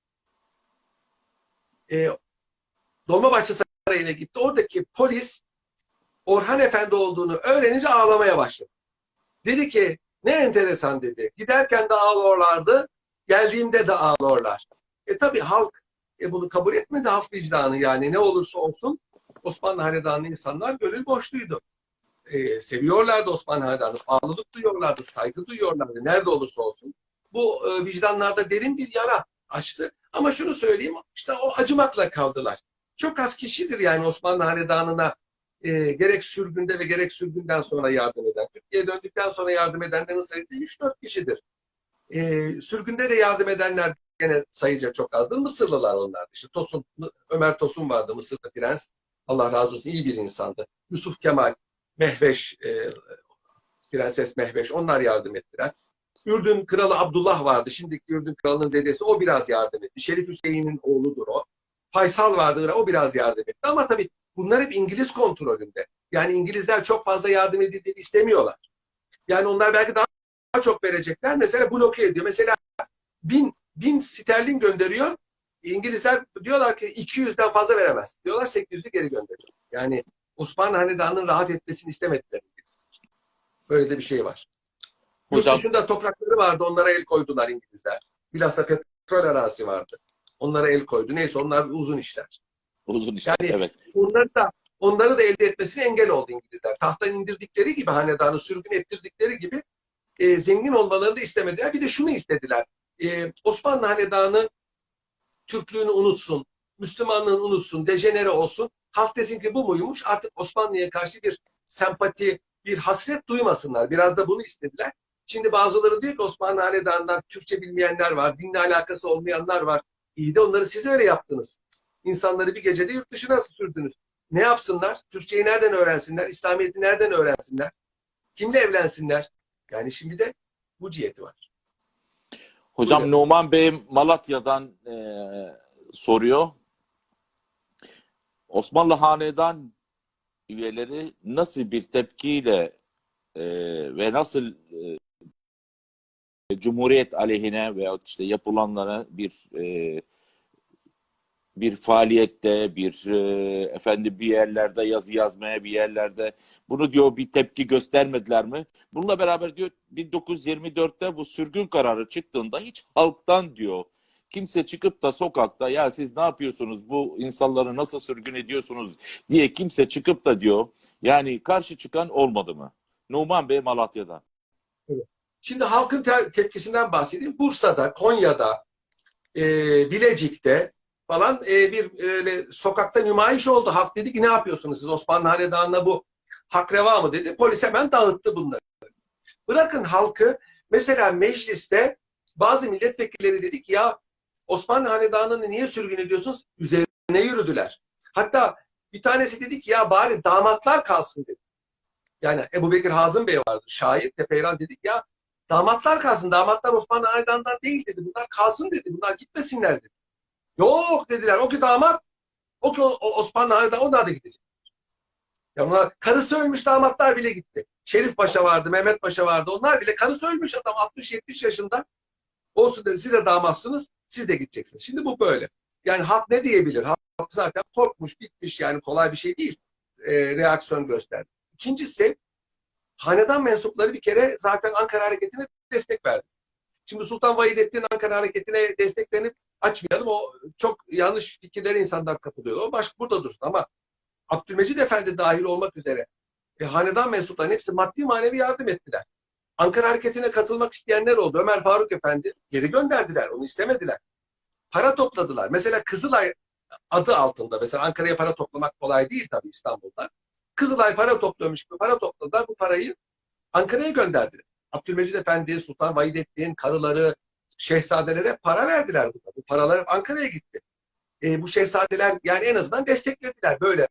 E, Dolmabahçe Sarayı'na gitti. Oradaki polis Orhan Efendi olduğunu öğrenince ağlamaya başladı. Dedi ki ne enteresan dedi. Giderken de ağlıyorlardı, geldiğimde de ağlıyorlar. E tabi halk e, bunu kabul etmedi, halk vicdanı yani ne olursa olsun Osmanlı Hanedanı insanlar gönül borçluydu. E, seviyorlardı Osmanlı Hanedanı, bağlılık duyuyorlardı, saygı duyuyorlardı nerede olursa olsun. Bu e, vicdanlarda derin bir yara açtı. Ama şunu söyleyeyim, işte o acımakla kaldılar. Çok az kişidir yani Osmanlı Hanedanı'na e, gerek sürgünde ve gerek sürgünden sonra yardım eden. Türkiye'ye döndükten sonra yardım edenlerin sayısı üç dört kişidir. E, sürgünde de yardım edenler gene sayıca çok azdır. Mısırlılar onlar. İşte Tosun, Ömer Tosun vardı Mısırlı prens. Allah razı olsun iyi bir insandı. Yusuf Kemal, Mehveş, e, Prenses Mehveş onlar yardım ettiler. Ürdün Kralı Abdullah vardı. Şimdiki Ürdün Kralı'nın dedesi. O biraz yardım etti. Şerif Hüseyin'in oğludur o. Faysal vardı. O biraz yardım etti. Ama tabii bunlar hep İngiliz kontrolünde. Yani İngilizler çok fazla yardım edildiğini istemiyorlar. Yani onlar belki daha çok verecekler. Mesela bloke ediyor. Mesela bin, bin sterlin gönderiyor. İngilizler diyorlar ki iki yüzden fazla veremez. Diyorlar sekiz yüzü geri gönderiyor. Yani Osmanlı Hanedanı'nın rahat etmesini istemediler. Böyle de bir şey var. Yurt Hocam dışında toprakları vardı. Onlara el koydular İngilizler. Bilhassa petrol arazisi vardı. Onlara el koydu. Neyse onlar uzun işler. uzun işler. Yani Evet. onları da onları da elde etmesine engel oldu İngilizler. Tahttan indirdikleri gibi hanedanı sürgün ettirdikleri gibi e, zengin olmalarını da istemediler. Bir de şunu istediler. E, Osmanlı hanedanı Türklüğünü unutsun, Müslümanlığını unutsun, dejenere olsun. Halk desin ki bu muymuş? Artık Osmanlı'ya karşı bir sempati, bir hasret duymasınlar. Biraz da bunu istediler. Şimdi bazıları diyor ki Osmanlı Hanedanı'ndan Türkçe bilmeyenler var, dinle alakası olmayanlar var. İyi de onları siz öyle yaptınız. İnsanları bir gecede yurt dışına sürdünüz. Ne yapsınlar? Türkçeyi nereden öğrensinler? İslamiyet'i nereden öğrensinler? Kimle evlensinler? Yani şimdi de bu ciheti var. Hocam Buyurun. Numan Bey Malatya'dan e, soruyor. Osmanlı Hanedan üyeleri nasıl bir tepkiyle e, ve nasıl e, Cumhuriyet aleyhine veyahut işte yapılanlara bir e, bir faaliyette, bir e, efendim bir yerlerde yazı yazmaya, bir yerlerde bunu diyor bir tepki göstermediler mi? Bununla beraber diyor bin dokuz yüz yirmi dörtte bu sürgün kararı çıktığında hiç halktan diyor kimse çıkıp da sokakta ya siz ne yapıyorsunuz, bu insanları nasıl sürgün ediyorsunuz diye kimse çıkıp da diyor yani karşı çıkan olmadı mı? Numan Bey Malatya'dan. Evet. Şimdi halkın te- tepkisinden bahsedeyim. Bursa'da, Konya'da, e, Bilecik'te falan e, bir öyle sokakta nümayiş oldu. Halk dedi ki ne yapıyorsunuz siz Osmanlı Hanedanı'na, bu hak reva mı dedi. Polis hemen dağıttı bunları. Bırakın halkı, mesela mecliste bazı milletvekilleri dedik ya Osmanlı Hanedanı'nı niye sürgün ediyorsunuz? Üzerine yürüdüler. Hatta bir tanesi dedik ya bari damatlar kalsın dedi. Yani Ebubekir Hazım Bey vardı, şair, Tepeyran, dedik ya damatlar kalsın, damatlar Osmanlı Hanedanı'ndan değil dedi. Bunlar kalsın dedi, bunlar gitmesinler dedi. Yok dediler, o ki damat, o ki Osmanlı Hanedanı, onlar da gidecek. Ya bunlar, karısı ölmüş damatlar bile gitti. Şerif Paşa vardı, Mehmet Paşa vardı, onlar bile, karısı ölmüş adam altmış yetmiş yaşında. Olsun dedi, siz de damatsınız, siz de gideceksiniz. Şimdi bu böyle. Yani halk ne diyebilir? Halk zaten korkmuş, bitmiş, yani kolay bir şey değil. E, reaksiyon gösterdi. İkincisi, hanedan mensupları bir kere zaten Ankara Hareketi'ne destek verdi. Şimdi Sultan Vahidettin'in Ankara Hareketi'ne desteklerini açmayalım. O çok yanlış fikirlere insanlar kapılıyor. O başka burada dursun ama Abdülmecid Efendi dahil olmak üzere e, hanedan mensuplarının hepsi maddi manevi yardım ettiler. Ankara Hareketi'ne katılmak isteyenler oldu. Ömer Faruk Efendi geri gönderdiler. Onu istemediler. Para topladılar. Mesela Kızılay adı altında. Mesela Ankara'ya para toplamak kolay değil tabii İstanbul'da. Kızılay para topluyormuş gibi para topladılar. Bu parayı Ankara'ya gönderdiler. Abdülmecid Efendi, Sultan Vahidettin, karıları, şehzadelere para verdiler burada. Bu paralar Ankara'ya gitti. E, bu şehzadeler yani en azından desteklediler böyle.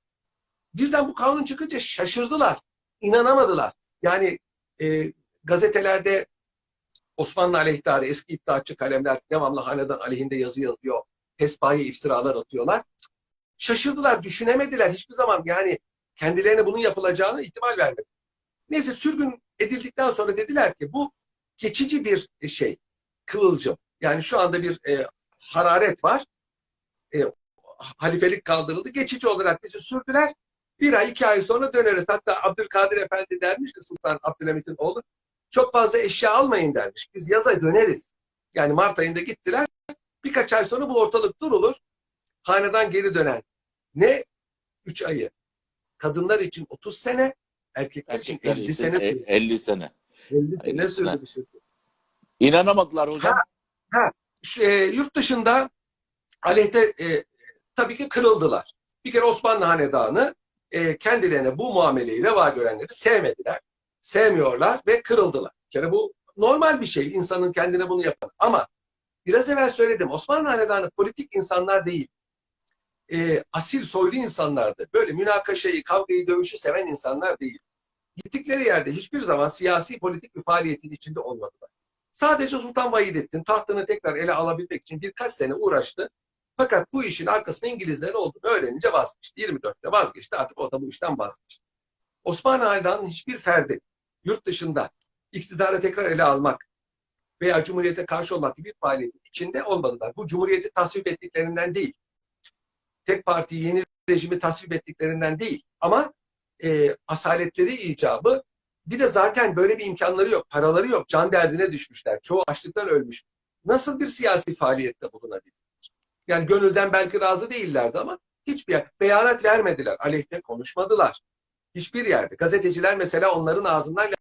Birden bu kanun çıkınca şaşırdılar. İnanamadılar. Yani e, gazetelerde Osmanlı aleyhtarı, eski iddiatçı kalemler devamlı hanedan aleyhinde yazı yazıyor. Pespaye iftiralar atıyorlar. Şaşırdılar, düşünemediler hiçbir zaman, yani kendilerine bunun yapılacağını ihtimal vermedi. Neyse, sürgün edildikten sonra dediler ki bu geçici bir şey, kıvılcım. Yani şu anda bir e, hararet var. E, halifelik kaldırıldı. Geçici olarak bizi sürdüler. Bir ay, iki ay sonra döneriz. Hatta Abdülkadir Efendi dermiş ki Sultan Abdülhamit'in oğlu, çok fazla eşya almayın dermiş. Biz yaza döneriz. Yani Mart ayında gittiler. Birkaç ay sonra bu ortalık durulur. Hanedan geri dönen. Ne? Üç ayı. Kadınlar için otuz sene, erkekler için Erkekler elli için sene. e- elli sene. elli sene elli sürdü sene. bir şey. İnanamadılar hocam. Ha, ha. Şu, e, yurt dışında aleyhte e, tabii ki kırıldılar. Bir kere Osmanlı Hanedanı e, kendilerine bu muameleyi reva görenleri sevmediler. Sevmiyorlar ve kırıldılar. Bir kere bu normal bir şey. İnsanın kendine bunu yapan. Ama biraz evvel söyledim. Osmanlı Hanedanı politik insanlar değil. E, asil soylu insanlardı. Böyle münakaşayı, kavgayı, dövüşü seven insanlar değil. Gittikleri yerde hiçbir zaman siyasi politik bir faaliyetin içinde olmadılar. Sadece Sultan Vahidettin tahtını tekrar ele alabilmek için birkaç sene uğraştı. Fakat bu işin arkasında İngilizlerin olduğunu öğrenince vazgeçti. yirmi dörtte vazgeçti. Artık o da bu işten vazgeçti. Osmanlı Hanedanı'nın hiçbir ferdi yurt dışında iktidarı tekrar ele almak veya Cumhuriyete karşı olmak gibi bir faaliyetin içinde olmadılar. Bu Cumhuriyeti tasvip ettiklerinden değil. Tek parti yeni rejimi tasvip ettiklerinden değil. Ama e, asaletleri icabı, bir de zaten böyle bir imkanları yok, paraları yok, can derdine düşmüşler. Çoğu açlıktan ölmüş. Nasıl bir siyasi faaliyette bulunabilir? Yani gönülden belki razı değillerdi ama hiçbir yer, beyanat vermediler, aleyhte konuşmadılar. Hiçbir yerde. Gazeteciler mesela onların ağzından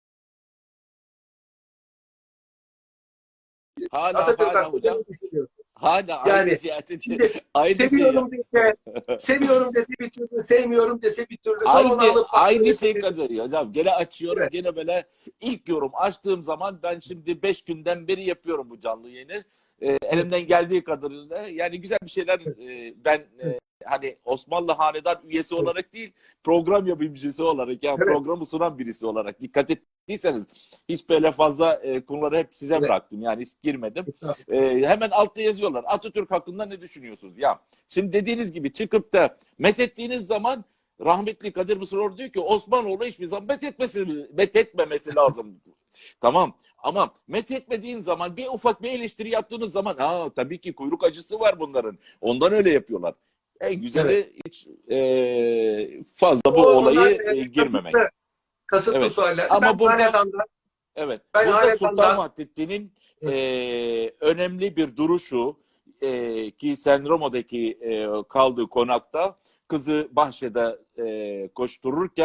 Hala Atatürk hala hakkında hocam. ne düşünüyorsun? Hala Yani aynı siyaseti. şimdi Aynı şey ya. seviyorum dese, seviyorum dese bir türlü, sevmiyorum dese bir türlü. Sonra onu Aynı alıp aynı şey kadar hocam. Gene açıyorum. Evet. Gene böyle ilk yorum açtığım zaman, ben şimdi beş günden beri yapıyorum bu canlı yayını. Ee, elimden geldiği kadarıyla yani güzel bir şeyler, e, ben e, hani Osmanlı Hanedan üyesi Evet. olarak değil, program yapımcısı olarak, yani Evet. programı sunan birisi olarak, dikkat ettiyseniz hiç böyle fazla e, konuları hep size Evet. bıraktım. Yani hiç girmedim. E, hemen altta yazıyorlar. Atatürk hakkında ne düşünüyorsunuz? Ya şimdi dediğiniz gibi çıkıp da methettiğiniz zaman, rahmetli Kadir Mısıroğlu diyor ki Osmanoğlu hiçbir zaman methetmesi, methetmemesi lazım. Tamam. Ama methetmediğin zaman, bir ufak bir eleştiri yaptığınız zaman, aa tabii ki kuyruk acısı var bunların. Ondan öyle yapıyorlar. En güzeli Evet. hiç e, fazla bu O, onlar olayı e, e, girmemek. kasıtlı, kasıtlı Evet. suallerdi. Ben Ama burada hanedandan, evet, ben burada Sultan hanedandan Vahdettin'in e, önemli bir duruşu, e, ki Sen Romo'daki e, kaldığı konakta kızı bahçede e, koştururken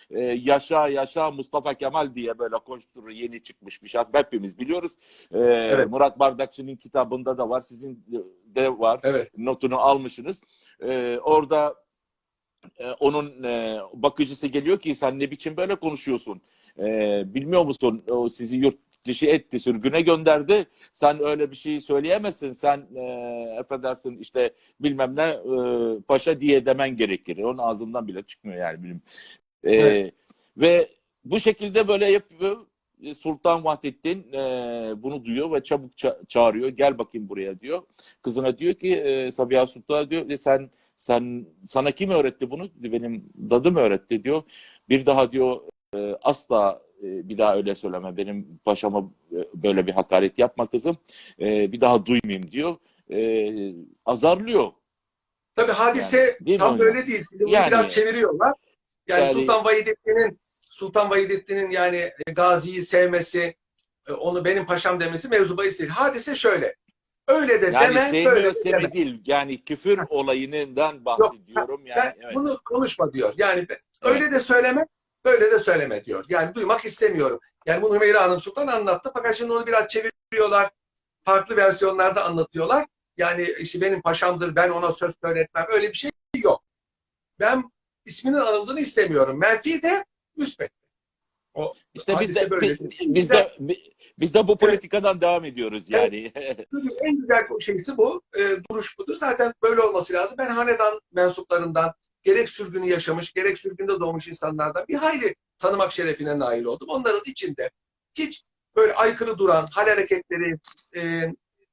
e, yaşa yaşa Mustafa Kemal diye böyle koşturur, yeni çıkmış bir şey. Hepimiz biliyoruz. E, Evet. Murat Bardakçı'nın kitabında da var. Sizin de var. Evet. Notunu almışsınız. E, orada e, onun e, bakıcısı geliyor ki sen ne biçim böyle konuşuyorsun? E, bilmiyor musun? O sizi yurt dışı etti, sürgüne gönderdi. Sen öyle bir şey söyleyemezsin. Sen e, affedersin işte bilmem ne e, paşa diye demen gerekir. Onun ağzından bile çıkmıyor yani. Bilim. E, Evet. Ve bu şekilde böyle yapıyor. Sultan Vahdettin e, bunu duyuyor ve çabuk ça- çağırıyor. Gel bakayım buraya diyor. Kızına diyor ki e, Sabiha Sultan diyor e, sen sen sana kim öğretti bunu? Benim dadım öğretti diyor. Bir daha diyor e, asla e, bir daha öyle söyleme. Benim paşama e, böyle bir hakaret yapma kızım. E, bir daha duymayayım diyor. E, azarlıyor. Tabii Yani hadise değil mi tam hocam? böyle değil. Şimdi bunu Yani biraz çeviriyorlar. Yani yani Sultan Vahidettin'in Sultan Vahidettin'in yani e, Gazi'yi sevmesi, e, onu benim paşam demesi mevzu bahis değil. Hadise şöyle. Öyle de yani deme, böyle sevmiyor de deme. semi değil. Yani küfür olayından Yok, bahsediyorum ben yani. Evet. bunu konuşma diyor. Yani Evet. öyle de söyleme, böyle de söyleme diyor. Yani duymak istemiyorum. Yani bunu Hümeyra Hanım Sultan anlattı. Fakat şimdi onu biraz çeviriyorlar. Farklı versiyonlarda anlatıyorlar. Yani işte benim paşamdır, ben ona söz söyletmem. Öyle bir şey yok. Ben isminin anıldığını istemiyorum. Menfi de müsbet. O İşte biz de hadise böyle. biz de biz de bu Evet, politikadan devam ediyoruz evet. yani. En güzel şeysi bu. E, duruş budur. Zaten böyle olması lazım. Ben hanedan mensuplarından gerek sürgünü yaşamış, gerek sürgünde doğmuş insanlardan bir hayli tanımak şerefine nail oldum. Onların içinde hiç böyle aykırı duran hal hareketleri, e,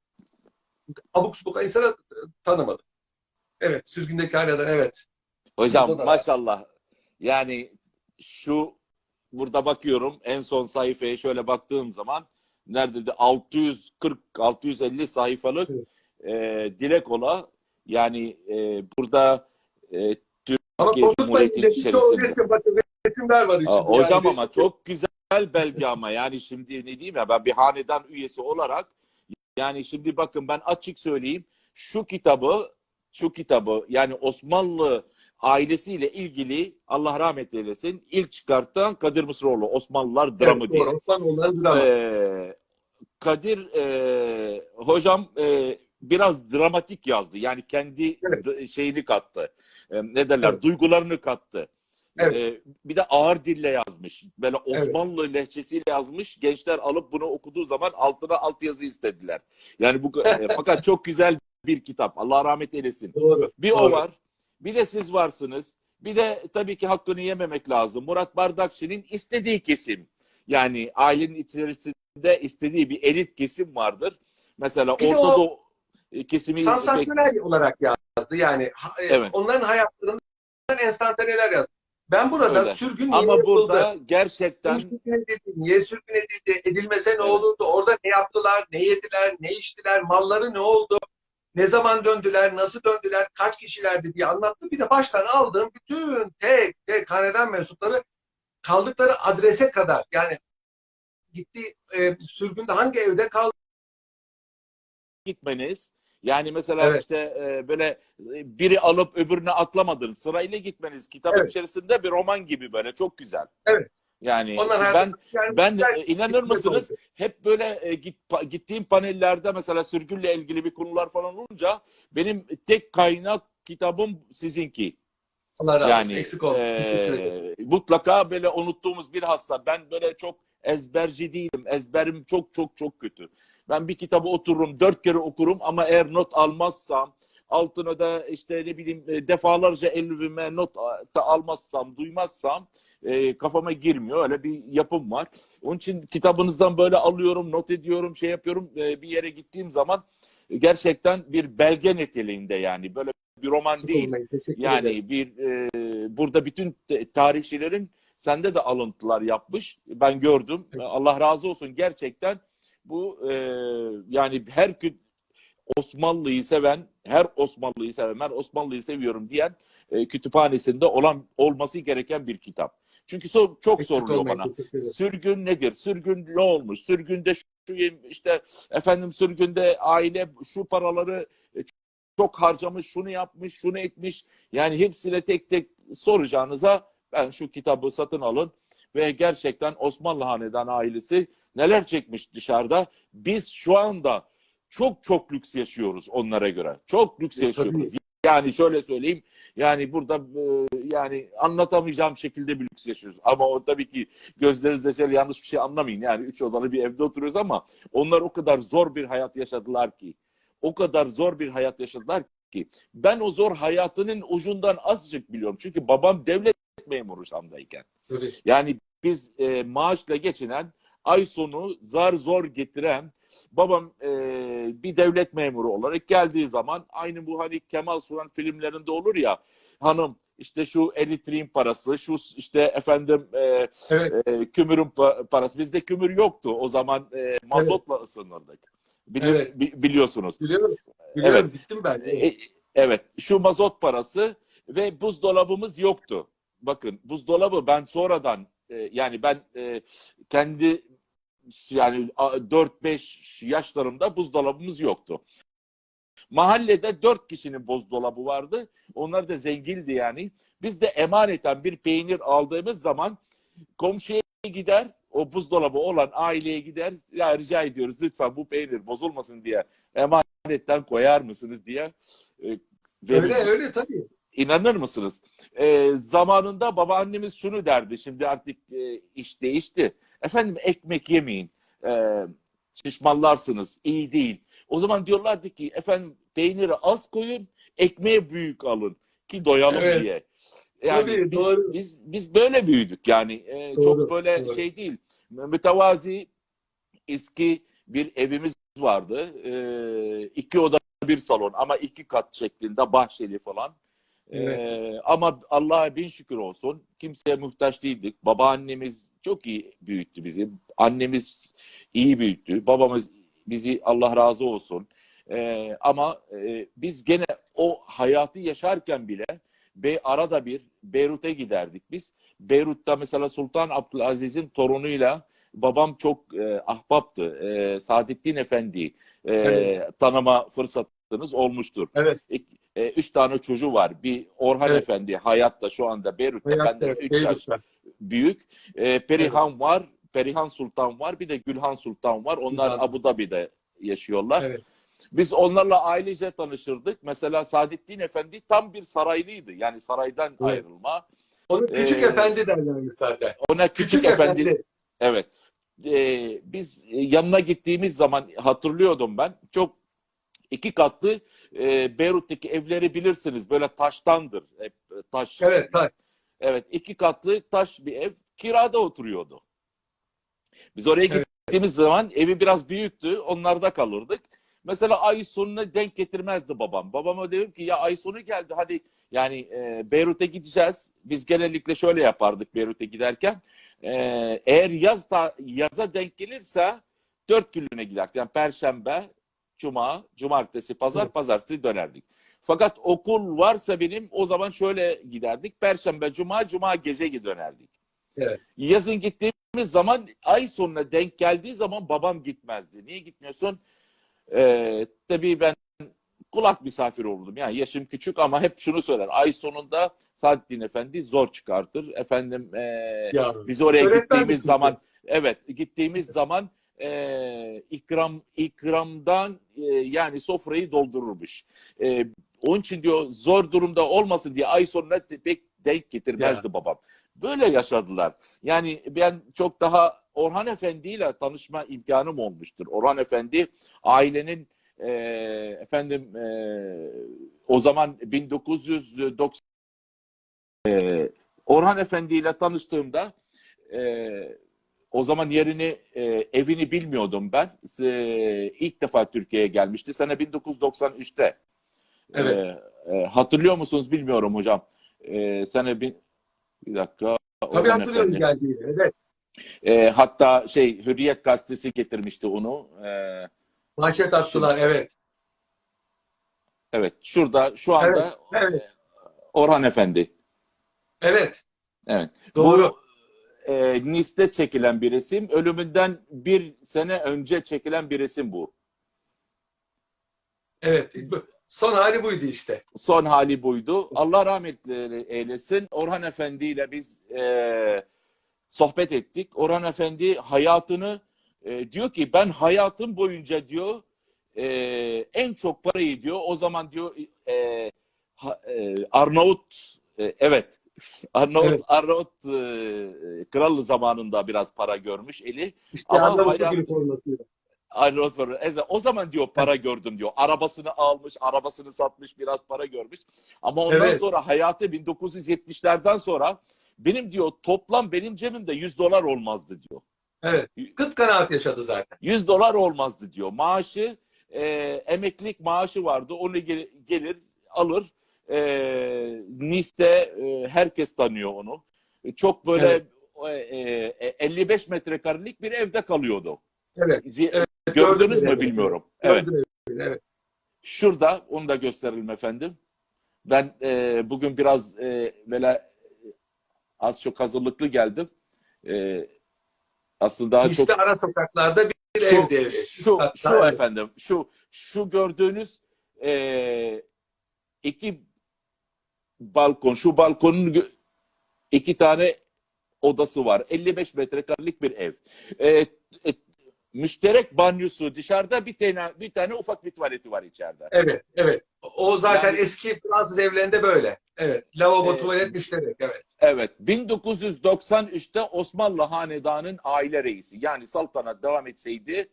abuk subuk insana tanımadım. Evet, sürgündeki hanedan evet. Hocam Burada da var. maşallah. Yani şu burada bakıyorum en son sayfaya şöyle baktığım zaman nerede de altı yüz kırk altı yüz elli sayfalık Evet. e, dilek ola yani e, burada e, Ama Türkiye korkutmayın Cumhuriyeti milleti. Çoğu içerisinde. resim, bakın resimler var Aa, içinde. Yani hocam resim. ama çok güzel belge ama yani şimdi ne diyeyim ya ben bir hanedan üyesi olarak yani şimdi bakın ben açık söyleyeyim şu kitabı şu kitabı yani Osmanlı ailesiyle ilgili Allah rahmet eylesin ilk çıkartan Kadir Mısıroğlu Osmanlılar Evet, Dramı doğru. diye. Osmanoğulların dramı. Ee, Kadir e, hocam e, biraz dramatik yazdı. Yani kendi Evet, d- şeyini kattı. E, ne derler? evet, Duygularını kattı. evet, E, bir de ağır dille yazmış. Böyle evet. Osmanlı lehçesiyle yazmış. Gençler alıp bunu okuduğu zaman altına altyazı istediler. Yani bu e, fakat çok güzel bir kitap. Allah rahmet eylesin. Doğru, Bir o doğru. var. Bir de siz varsınız. Bir de tabii ki hakkını yememek lazım. Murat Bardakçı'nın istediği kesim. Yani ailenin içerisinde istediği bir elit kesim vardır. Mesela Bir de Orta o Doğu kesimi pek sansasyonel olarak yazdı. Yani ha- e, evet onların hayatlarından enstantaneler yazdı. Ben burada öyle. sürgün niye Ama yapıldı? burada Kim gerçekten sürgün edildi? Niye sürgün edildi? Edilmese ne evet. olurdu? Orada ne yaptılar? Ne yediler? Ne içtiler? Malları ne oldu? Ne zaman döndüler? Nasıl döndüler? Kaç kişilerdi diye anlattı. Bir de baştan aldığım bütün tek tek haneden mensupları kaldıkları adrese kadar yani gittiği e, sürgünde hangi evde kaldı? Gitmeniz yani mesela Evet, işte e, böyle e, biri alıp öbürüne atlamadınız. Sırayla gitmeniz kitabın evet, içerisinde bir roman gibi böyle çok güzel. evet. Yani Onlar şu hayatı ben yani ben güzel e, inanır hikmet mısınız oldu. hep böyle e, git, pa- gittiğim panellerde mesela sürgünle ilgili bir konular falan olunca benim tek kaynak kitabım sizinki. Allah razı olsun. Yani Eksik olma. Teşekkür ederim. e, mutlaka böyle unuttuğumuz bir hassa. Ben böyle çok ezberci değilim. Ezberim çok çok çok kötü. Ben bir kitabı otururum, dört kere okurum ama eğer not almazsam, altına da işte ne bileyim e, defalarca elime not da almazsam, duymazsam e, kafama girmiyor. Öyle bir yapım var. Onun için kitabınızdan böyle alıyorum, not ediyorum, şey yapıyorum. E, bir yere gittiğim zaman e, gerçekten bir belge niteliğinde yani böyle bir roman Eksik değil. olmayın. Teşekkür ederim. Yani bir e, burada bütün te- tarihçilerin sende de alıntılar yapmış. Ben gördüm. Evet. Allah razı olsun gerçekten bu e, yani her kü- Osmanlı'yı seven, her Osmanlı'yı seven, ben Osmanlı'yı seviyorum diyen e, kütüphanesinde olan olması gereken bir kitap. Çünkü so- çok Eksik soruluyor olmayın. bana. Teşekkür ederim. Sürgün nedir? Sürgün ne olmuş? Sürgünde şu işte efendim sürgünde aile şu paraları e, çok harcamış, şunu yapmış, şunu etmiş. Yani hepsine tek tek soracağınıza Ben şu kitabı satın alın ve gerçekten Osmanlı Hanedan ailesi neler çekmiş dışarıda. Biz şu anda çok çok lüks yaşıyoruz onlara göre. Çok lüks E, yaşıyoruz. tabii. Yani şöyle söyleyeyim, yani burada e, yani anlatamayacağım şekilde bir lüks yaşıyoruz. Ama o tabii ki gözlerinizde şöyle yanlış bir şey anlamayın. Yani üç odalı bir evde oturuyoruz ama onlar o kadar zor bir hayat yaşadılar ki. O kadar zor bir hayat yaşadılar ki. Ben o zor hayatının ucundan azıcık biliyorum. Çünkü babam devlet memuru Şam'dayken. Tabii. Yani biz e, maaşla geçinen, ay sonu zar zor getiren, babam e, bir devlet memuru olarak geldiği zaman aynı bu hani Kemal Sunal filmlerinde olur ya, hanım işte şu elektriğin parası, şu işte efendim e, Evet. e, kümürün pa- parası. Bizde kümür yoktu o zaman, e, mazotla evet. ısınırdık. Bili Evet. bi biliyorsunuz. Biliyorum. Evet. Biliyorum. Gittim ben. E, evet. Şu mazot parası ve buzdolabımız yoktu. Bakın buzdolabı ben sonradan e, yani ben e, kendi yani dört beş yaşlarımda buzdolabımız yoktu. Mahallede dört kişinin buzdolabı vardı. Onlar da zengindi yani. Biz de emaneten bir peynir aldığımız zaman komşuya gider, o buzdolabı olan aileye gider. Ya rica ediyoruz lütfen bu peynir bozulmasın diye emanetten koyar mısınız diye e, Öyle verirdik. öyle tabii. İnanır mısınız? E, zamanında babaannemiz şunu derdi. Şimdi artık e, iş değişti. Efendim ekmek yemeyin. E, şişmanlarsınız. İyi değil. O zaman diyorlardı ki efendim peyniri az koyun, ekmeği büyük alın ki doyalım Evet. diye. Yani Tabii, biz doğru. biz biz böyle büyüdük yani. E, Doğru. çok böyle Doğru. şey değil. Mütevazi eski bir evimiz vardı. E, iki oda bir salon ama iki kat şeklinde bahçeli falan. Evet. Ee, ama Allah'a bin şükür olsun kimseye muhtaç değildik. Babaannemiz çok iyi büyüttü bizi. Annemiz iyi büyüttü. Babamız bizi Allah razı olsun. Ee, ama e, biz gene o hayatı yaşarken bile be, arada bir Beyrut'e giderdik biz. Beyrut'ta mesela Sultan Abdülaziz'in torunuyla babam çok e, ahbaptı. E, Saadettin Efendi e, Evet. tanıma fırsatınız olmuştur. Evet. E, üç tane çocuğu var. Bir Orhan Evet. Efendi hayatta şu anda Beyrut'te Hayatta, benden evet. üç yaş Beyrut'ta. büyük. E, Perihan var. Perihan Sultan var. Bir de Gülhan Sultan var. Onlar Evet. Abu Dhabi'de yaşıyorlar. Evet. Biz onlarla ailece tanışırdık. Mesela Saadettin Efendi tam bir saraylıydı. Yani saraydan Evet. ayrılma. Onu küçük E, efendi derlermiş zaten. ona küçük, Küçük efendi. efendi. Evet. E, biz yanına gittiğimiz zaman hatırlıyordum ben. Çok iki katlı e, Beyrut'taki evleri bilirsiniz. Böyle taştandır. Hep taş. Evet. Tabii. Evet. iki katlı taş bir ev. Kirada oturuyordu. Biz oraya Evet. gittiğimiz zaman evi biraz büyüktü. Onlarda kalırdık. Mesela ay sonuna denk getirmezdi babam. Babama dedim ki ya ay sonu geldi hadi yani e, Beyrut'e gideceğiz. Biz genellikle şöyle yapardık Beyrut'e giderken. E, eğer yaz da, yaza denk gelirse dört günlüğüne giderdik. Yani Perşembe, Cuma, Cumartesi, Pazar, Evet. Pazartesi dönerdik. Fakat okul varsa benim o zaman şöyle giderdik. Perşembe, Cuma, Cuma gece dönerdik. Evet. Yazın gittiğimiz zaman ay sonuna denk geldiği zaman babam gitmezdi. Niye gitmiyorsun? Ee, tabii ben kulak misafir oldum. Yani yaşım küçük ama hep şunu söyler. Ay sonunda Saadettin Efendi zor çıkartır. Efendim e, Ya, biz oraya öğretmen gittiğimiz çünkü. zaman evet gittiğimiz zaman e, ikram ikramdan e, yani sofrayı doldururmuş. E, onun için diyor zor durumda olmasın diye ay sonuna pek denk getirmezdi Ya. babam. Böyle yaşadılar. Yani ben çok daha Orhan Efendi ile tanışma imkanım olmuştur. Orhan Efendi ailenin e, efendim e, o zaman bin dokuz yüz doksan e, Orhan Efendi ile tanıştığımda e, o zaman yerini e, evini bilmiyordum ben. E, ilk defa Türkiye'ye gelmişti. Sene bin dokuz yüz doksan üçte. E, Evet. e, hatırlıyor musunuz bilmiyorum hocam. E, sene bin, bir dakika Tabii Orhan hatırlıyorum Efendi. geldiğini. Evet. E, hatta şey Hürriyet gazetesi getirmişti onu. E, Manşet şimdi attılar. Evet. evet şurada şu Evet. anda Evet. Orhan Efendi. Evet. Evet. Doğru. Bu e, Nice'de çekilen bir resim. Ölümünden bir sene önce çekilen bir resim bu. Evet. bu- Son hali buydu işte. Son hali buydu. Allah rahmet eylesin. Orhan Efendi ile biz e, sohbet ettik. Orhan Efendi hayatını e, diyor ki ben hayatım boyunca diyor e, en çok parayı diyor o zaman diyor e, ha- e, Arnavut e, evet Arnavut Evet. Arnavut e, kralı zamanında biraz para görmüş eli İşte ama Arnavutluk hayat üniformasıyla. Arnavut var. Eze- O zaman diyor Evet. para gördüm diyor. Arabasını almış, arabasını satmış, biraz para görmüş. Ama ondan Evet. sonra hayatı bin dokuz yüz yetmişlerden sonra benim diyor toplam benim cebimde yüz dolar olmazdı diyor. Evet. Kıt kanaat yaşadı zaten. yüz dolar olmazdı diyor. Maaşı e, emeklilik maaşı vardı. Onu gel- gelir alır. E, Nice'te e, herkes tanıyor onu. E, çok böyle Evet. e, e, elli beş metrekarelik bir evde kalıyordu. Evet. Zi- Evet. Gördünüz Gördüm mü bile. bilmiyorum. Evet. Gördüm bile. Evet. Şurada onu da gösterelim efendim. Ben e, bugün biraz e, böyle az çok hazırlıklı geldim. E, aslında daha Liste çok ara sokaklarda bir şu ev devri. şu Hatta şu evet. efendim şu şu gördüğünüz e, iki balkon şu balkonun gö- iki tane odası var. elli beş metrekarelik bir ev. E, e, müşterek banyosu dışarıda bir tane bir tane ufak bir tuvaleti var içeride. Evet. Evet. O zaten Yani eski Fransız evlerinde böyle. Evet. Lavabo, e, tuvalet müşterek. Evet. Evet, bin dokuz yüz doksan üçte Osmanlı Hanedanı'nın aile reisi. Yani saltanat devam etseydi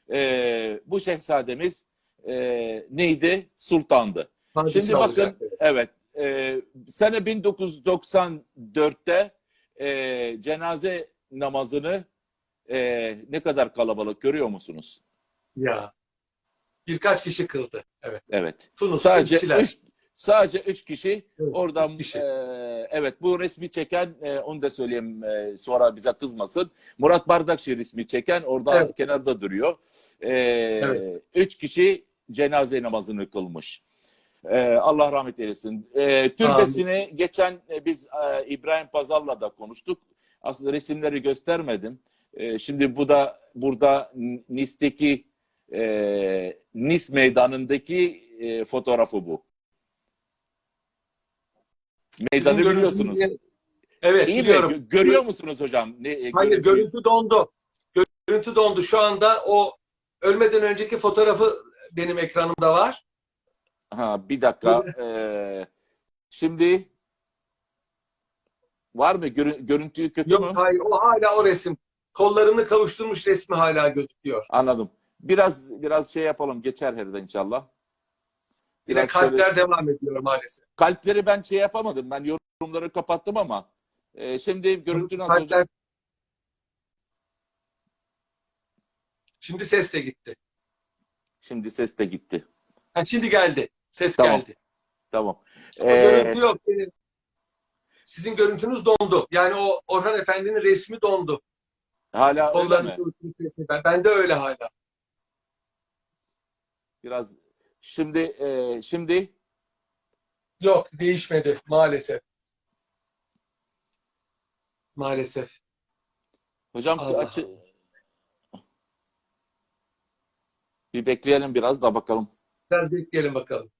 e, bu şehzademiz e, neydi? Sultandı. Şimdi Padişah bakın, olacaktı. evet, e, sene bin dokuz yüz doksan dörtte e, cenaze namazını e, ne kadar kalabalık görüyor musunuz? Ya. Birkaç kişi kıldı. Evet. Evet. Tunus, Sadece işçiler. üç sadece üç kişi Evet, oradan üç kişi. e, evet bu resmi çeken e, onu da söyleyeyim e, sonra bize kızmasın. Murat Bardakçı resmi çeken orada Evet. kenarda duruyor. E, Evet. üç kişi cenaze namazını kılmış. E, Allah rahmet eylesin. E, Amin. türbesini geçen e, biz e, İbrahim Pazar'la da konuştuk. Aslında resimleri göstermedim. E, şimdi bu da burada Nice'deki e, Nice meydanındaki e, fotoğrafı bu. Meydanı Sizin biliyorsunuz. görüntünüz- Evet, İyi mi? biliyorum. Gö- Görüyor musunuz hocam? Ne, e, Hayır, görüntüyü? görüntü dondu. Görüntü dondu. Şu anda o ölmeden önceki fotoğrafı benim ekranımda var. Ha, bir dakika. E, şimdi var mı? Görü- görüntüyü kötü Yok, mü? hayır. O hala o resim. Kollarını kavuşturmuş resmi hala gözüküyor. Anladım. Biraz biraz şey yapalım. Geçer herhalde inşallah. Yine Biraz kalpler şöyle- devam ediyor maalesef. kalpleri ben şey yapamadım. Ben yorumları kapattım ama e, şimdi görüntü nasıl Kalpler... hocam? Şimdi ses de gitti. Şimdi ses de gitti. Ha, şimdi geldi. Ses Tamam. geldi. Tamam. Ama Ee, görüntü yok. Benim. Sizin görüntünüz dondu. Yani o Orhan Efendi'nin resmi dondu. hala öyle Kollarını mi? kavuşturmuş resmi. Ben, ben de öyle hala. Biraz şimdi e, şimdi Yok, değişmedi maalesef. Maalesef. hocam Allah açı Allah. bir bekleyelim biraz da bakalım. Biraz bekleyelim bakalım.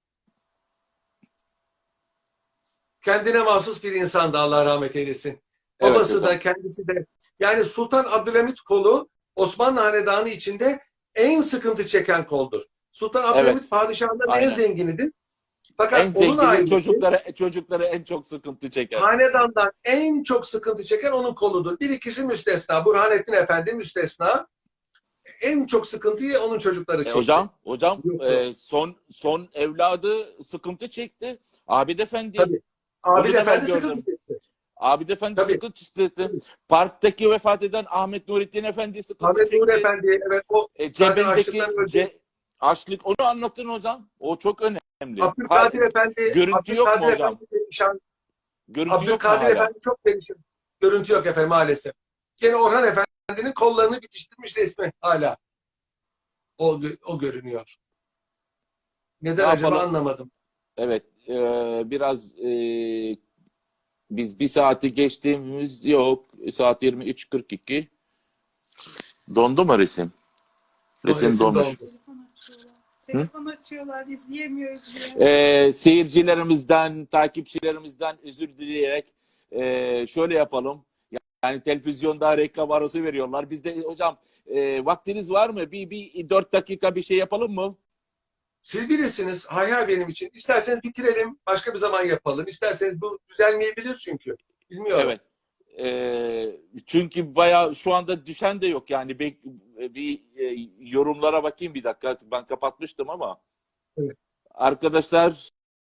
Kendine mahsus bir insandı, Allah rahmet eylesin. Evet Babası hocam. da kendisi de. Yani Sultan Abdülhamit kolu Osmanlı Hanedanı içinde en sıkıntı çeken koldur. Sultan Abdülhamit Evet. padişahların en Aynen. zenginidir. Fakat En onun zengini ailesi çocuklara çocuklara en çok sıkıntı çeker. hanedandan en çok sıkıntı çeken onun koludur. Bir ikisi müstesna. Burhanettin Efendi müstesna. En çok sıkıntıyı onun çocukları E, çekti. hocam hocam Yok, e, yok. son son evladı sıkıntı çekti. Abid Efendi. Tabii. Onu Abid da ben Efendi gördüm. sıkıntı çekti. Abid Efendi Tabii. sıkıntı çekti. Tabii. Parktaki vefat eden Ahmet Nurettin Efendi sıkıntı Ahmet çekti. Nur Efendi, evet, o E, zaten cebindeki açlıktan öldü. ce, açlık onu anlatın hocam. O çok önemli. Abdülkadir Ha- Efendi, görüntü yok mu Abdülkadir hocam? Efendi perişan. Görüntü yok mu Abdülkadir hala? Efendi çok perişan. Görüntü yok efendim maalesef. Gene Orhan Efendi'nin kollarını bitiştirmiş resmi hala. O, o görünüyor. Neden Ne acaba yapalım? anlamadım. Evet. e, biraz e, biz bir saati geçtiğimiz yok. Saat yirmi üç kırk iki. Dondu mu resim? O Resim resim donmuş. dondu. telefon açıyorlar, izleyemiyoruz diye. Ee, seyircilerimizden, takipçilerimizden özür dileyerek e, şöyle yapalım. Yani televizyonda reklam arası veriyorlar. Biz de hocam e, vaktiniz var mı? Bir, bir dört dakika bir şey yapalım mı? Siz bilirsiniz. Hay hay benim için. İsterseniz bitirelim. Başka bir zaman yapalım. İsterseniz bu düzelmeyebilir çünkü. Bilmiyorum. Evet. E, çünkü bayağı şu anda düşen de yok. Yani bir, bir e, yorumlara bakayım bir dakika. Ben kapatmıştım ama. Evet. Arkadaşlar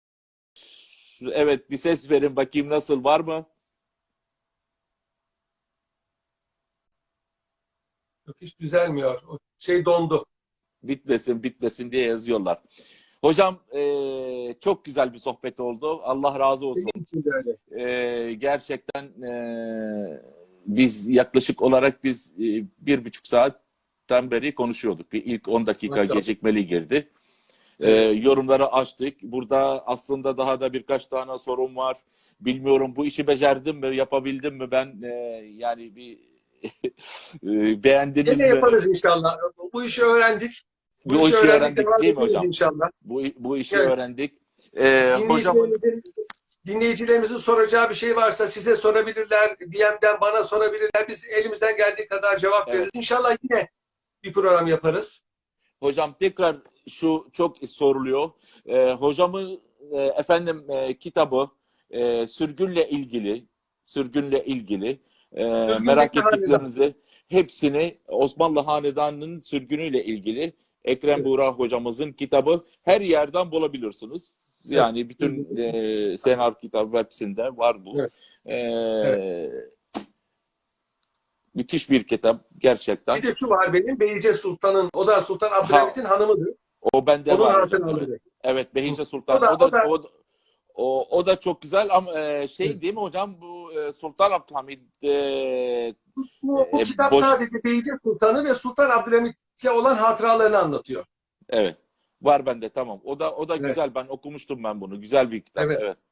evet bir ses verin bakayım nasıl, var mı? Yok, hiç düzelmiyor. O şey dondu. Bitmesin bitmesin diye yazıyorlar. Hocam e, çok güzel bir sohbet oldu. Allah razı olsun. Benim için de öyle. E, gerçekten e, biz yaklaşık olarak biz e, bir buçuk saatten beri konuşuyorduk. Bir ilk on dakika Maşallah. gecikmeli girdi. E, yorumları açtık. Burada aslında daha da birkaç tane sorun var. Bilmiyorum bu işi becerdim mi, yapabildim mi ben? E, yani bir e, beğendiniz Yine mi? yaparız inşallah. Bu işi öğrendik. Bu, Bu işi işi öğrendik. öğrendik Devam değil mi ederiz hocam? İnşallah. Bu, bu işi Evet. öğrendik. Ee, hocamın Dinleyicilerimizin, dinleyicilerimizin soracağı bir şey varsa size sorabilirler. D M'den bana sorabilirler. Biz elimizden geldiği kadar cevap Evet. veririz. İnşallah yine bir program yaparız. hocam tekrar şu çok soruluyor. Ee, hocamın e, efendim e, kitabı e, sürgünle ilgili sürgünle ilgili e, merak ettiklerinizi hepsini Osmanlı Hanedanı'nın sürgünüyle ilgili Ekrem Evet. Buğra hocamızın kitabı her yerden bulabilirsiniz. Yani bütün e, Senar kitabı hepsinde var bu. Evet. E, Evet. Müthiş bir kitap gerçekten. Bir de şu var benim Beylice Sultan'ın, o da Sultan Abdülhamit'in hanımıdır. O bende Onun var hatırını hocam. Evet. alıyor. Evet, Behice Sultan. O da- O da o da- o, o, o da çok güzel ama e, şey Evet. değil mi hocam, bu e, Sultan Abdülhamit e, Bu, bu, bu E, kitap boş- sadece Beylice Sultan'ı ve Sultan Abdülhamit'le olan hatıralarını anlatıyor. evet, var bende, tamam. O da o da Evet. güzel. Ben okumuştum ben bunu. Güzel bir kitap. Evet. Evet.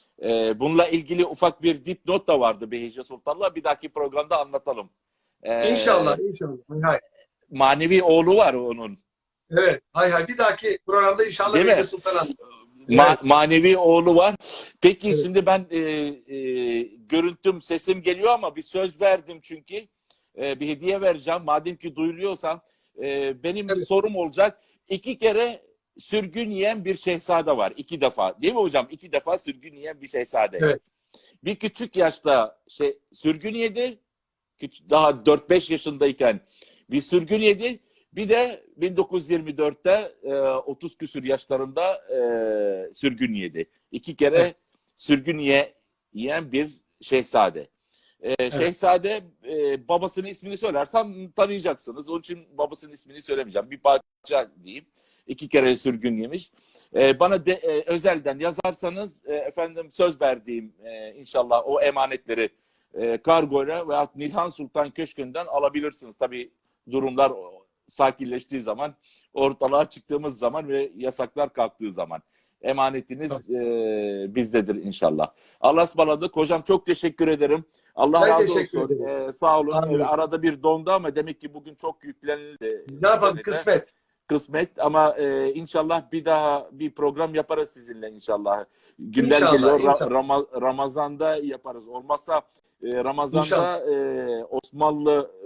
E, bununla ilgili ufak bir dipnot da vardı Behice Sultan'la. Bir dahaki programda anlatalım. E, İnşallah, inşallah. Hay hay. Manevi oğlu var onun. Evet, hay hay. Bir dahaki programda inşallah Değil mi? Beylice Sultan'ı anlatacağız. Ma- Evet. manevi oğlu var. Peki Evet. şimdi ben e, e, görüntüm, sesim geliyor ama bir söz verdim çünkü. E, bir hediye vereceğim. Madem ki duyuluyorsa e, benim bir Evet. sorum olacak. İki kere sürgün yiyen bir şehzade var. İki defa. Değil mi hocam? İki defa sürgün yiyen bir şehzade. Evet. Bir küçük yaşta şey sürgün yedi. Küç- Daha dört beş yaşındayken bir sürgün yedi. Bir de bin dokuz yüz yirmi dörtte e, otuz küsür yaşlarında e, sürgün yedi. İki kere Evet. sürgün ye, yiyen bir şehzade. E, Şehzade e, babasının ismini söylersem tanıyacaksınız. Onun için babasının ismini söylemeyeceğim. Bir padişah diyeyim. İki kere sürgün yemiş. E, bana de, e, özelden yazarsanız e, efendim söz verdiğim e, inşallah o emanetleri e, kargoyla veya Nilhan Sultan Köşkü'nden alabilirsiniz. Tabii durumlar sakinleştiği zaman, ortalığa çıktığımız zaman ve yasaklar kalktığı zaman. Emanetiniz e, bizdedir inşallah. Allah'a ısmarladık. Hocam çok teşekkür ederim. Allah Ben razı teşekkür olsun. ederim. E, sağ olun. Amin. E, arada bir dondu ama demek ki bugün çok yüklenildi. Ne yapalım? üzerinde. Kısmet. Kısmet ama e, inşallah bir daha bir program yaparız sizinle inşallah. Günler İnşallah, geliyor. Ra- inşallah. Rama- Ramazan'da yaparız. Olmazsa e, Ramazan'da İnşallah. e, Osmanlı